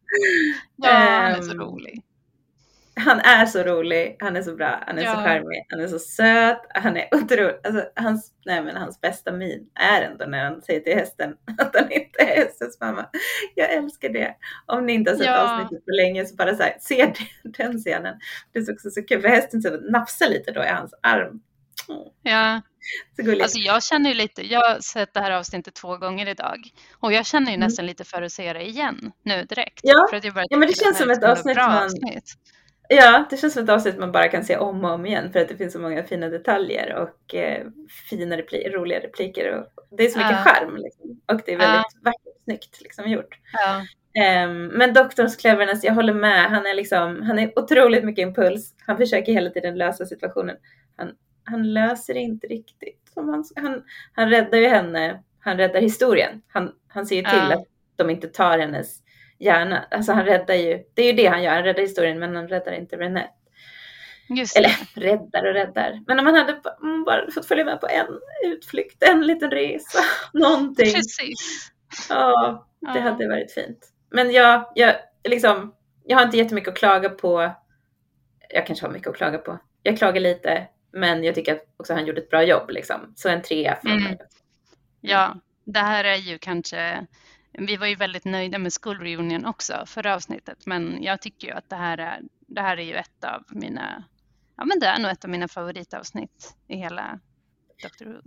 ja han är så rolig. Han är så rolig, han är så bra, han är ja. så charmig, han är så söt, han är otrolig. Alltså, hans, nej, men hans bästa min är ändå när han säger till hästen att han inte är hästens mamma. Jag älskar det. Om ni inte har sett ja. avsnittet för länge så bara så här, se den scenen. Det är också så kul för hästen så nafsar lite då i hans arm. Mm. Ja, alltså jag känner ju lite, jag har sett det här avsnittet två gånger idag och jag känner ju mm. nästan lite för att se det igen nu direkt. Ja, för att jag bara ja men det känns som ett avsnitt man... avsnitt. Ja, det känns som ett avsnitt man bara kan se om och om igen för att det finns så många fina detaljer och eh, fina repli- roliga repliker och det är så mycket ja. charm liksom. Och det är väldigt ja. vackert snyggt liksom gjort. Ja. Um, men doktorns cleverness, jag håller med, han är liksom, han är otroligt mycket impuls, han försöker hela tiden lösa situationen, han, han löser det inte riktigt som han, han, han räddar ju henne, han räddar historien, han, han ser ju till ja. att de inte tar hennes hjärna. Alltså han räddar ju, det är ju det han gör, han räddar historien men han räddar inte Renette. Just Eller räddar och räddar. Men om man hade bara fått följa med på en utflykt, en liten resa, någonting. Precis. Ja, det ja. hade varit fint. Men jag, jag, liksom, jag har inte jättemycket att klaga på. Jag kanske har mycket att klaga på. Jag klagar lite, men jag tycker att också han gjorde ett bra jobb liksom. Så en trea från mm. mig. Ja, det här är ju kanske... Vi var ju väldigt nöjda med School Reunion också förra avsnittet. Men jag tycker ju att det här är, det här är ju ett av mina... Ja, men det är nog ett av mina favoritavsnitt i hela Doctor Who.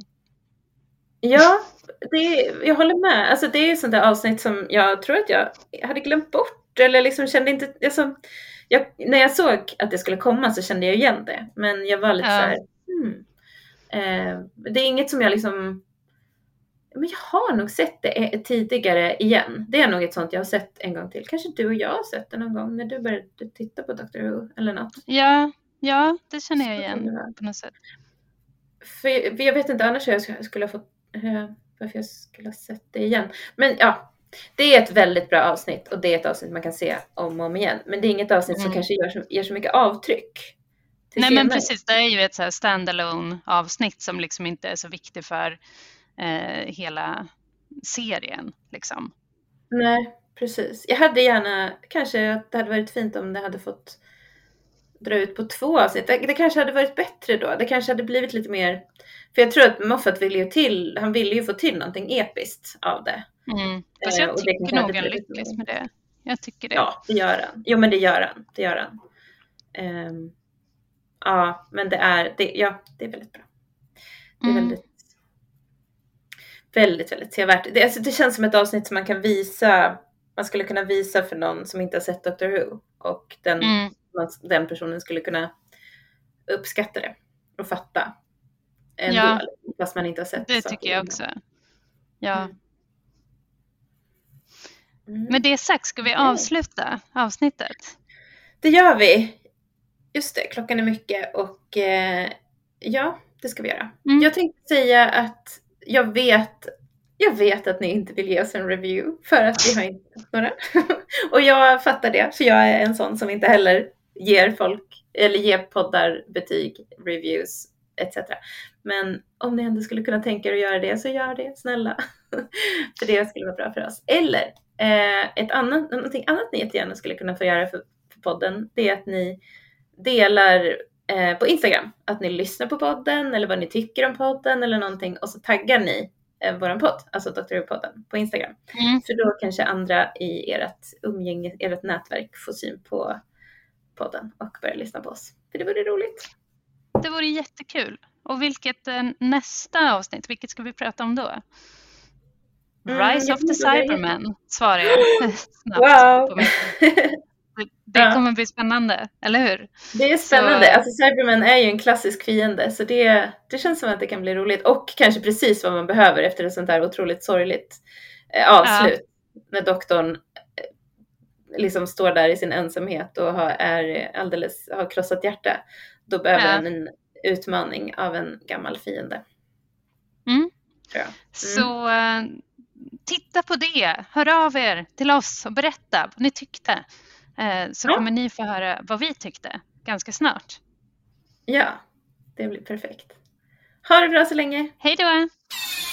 Ja, det, jag håller med. Alltså det är ett sånt där avsnitt som jag tror att jag hade glömt bort. Eller liksom kände inte... Alltså, jag, när jag såg att det skulle komma så kände jag igen det. Men jag var lite ja. så här... Hmm, eh, det är inget som jag liksom... Men jag har nog sett det tidigare igen. Det är nog ett sånt jag har sett en gång till. Kanske du och jag har sett det någon gång när du började titta på Doctor Who eller något. Ja, ja det känner jag igen på något sätt. För, för jag vet inte annars hur jag skulle ha fått, uh, varför jag skulle ha sett det igen. Men ja, det är ett väldigt bra avsnitt och det är ett avsnitt man kan se om och om igen. Men det är inget avsnitt mm. som kanske gör så, gör så mycket avtryck. Nej men precis, det är ju ett så här standalone avsnitt som liksom inte är så viktigt för Eh, hela serien liksom. Nej, precis. Jag hade gärna kanske att det hade varit fint om det hade fått dra ut på två avsnitt. Det, det kanske hade varit bättre då. Det kanske hade blivit lite mer, för jag tror att Moffat ville ju till, han ville ju få till någonting episkt av det. Mm. Fast jag eh, tycker nog han lyckas med det. Jag tycker det. Ja, det gör han. Jo, men det gör han. Det gör han. Um, ja, men det är det, ja, det är väldigt bra. Det är mm. väldigt väldigt, väldigt sevärt. Det, alltså, det känns som ett avsnitt som man kan visa, man skulle kunna visa för någon som inte har sett Doctor Who. Och den, Mm. den personen skulle kunna uppskatta det och fatta ändå, Ja, fast man inte har sett det saker tycker jag innan. också. Ja. Mm. Mm. Med det sagt, ska vi avsluta avsnittet? Det gör vi. Just det, klockan är mycket och eh, ja, det ska vi göra. Mm. Jag tänkte säga att jag vet, jag vet att ni inte vill ge oss en review för att vi har inte fått några. Och jag fattar det, för jag är en sån som inte heller ger folk, eller ger poddar betyg, reviews, et cetera. Men om ni ändå skulle kunna tänka er att göra det, så gör det, snälla. För det skulle vara bra för oss. Eller eh, ett annat, någonting annat ni jättegärna skulle kunna få göra för, för podden, det är att ni delar eh, på Instagram att ni lyssnar på podden eller vad ni tycker om podden eller någonting, och så taggar ni eh, våran podd, alltså Doctor Who-podden på Instagram. Mm. För då kanske andra i ert umgänge, ert nätverk får syn på podden och börjar lyssna på oss. För det vore roligt. Det vore jättekul. Och vilket eh, nästa avsnitt, vilket ska vi prata om då? Mm, Rise of the jag vet. Cybermen, svarar jag snabbt Wow! på mig. Det, det Ja. kommer bli spännande, eller hur? Det är spännande. Så- Alltså Cybermen är ju en klassisk fiende, så det, det känns som att det kan bli roligt. Och kanske precis vad man behöver efter ett sånt där otroligt sorgligt eh, avslut. När doktorn eh, liksom står där i sin ensamhet och har, är alldeles, har krossat hjärta. Då behöver Ja. han en utmaning av en gammal fiende. Mm. Tror jag. Så eh, titta på det, hör av er till oss och berätta vad ni tyckte. Eh, så Ja. kommer ni få höra vad vi tyckte ganska snart. Ja, det blir perfekt. Ha det bra så länge. Hej då!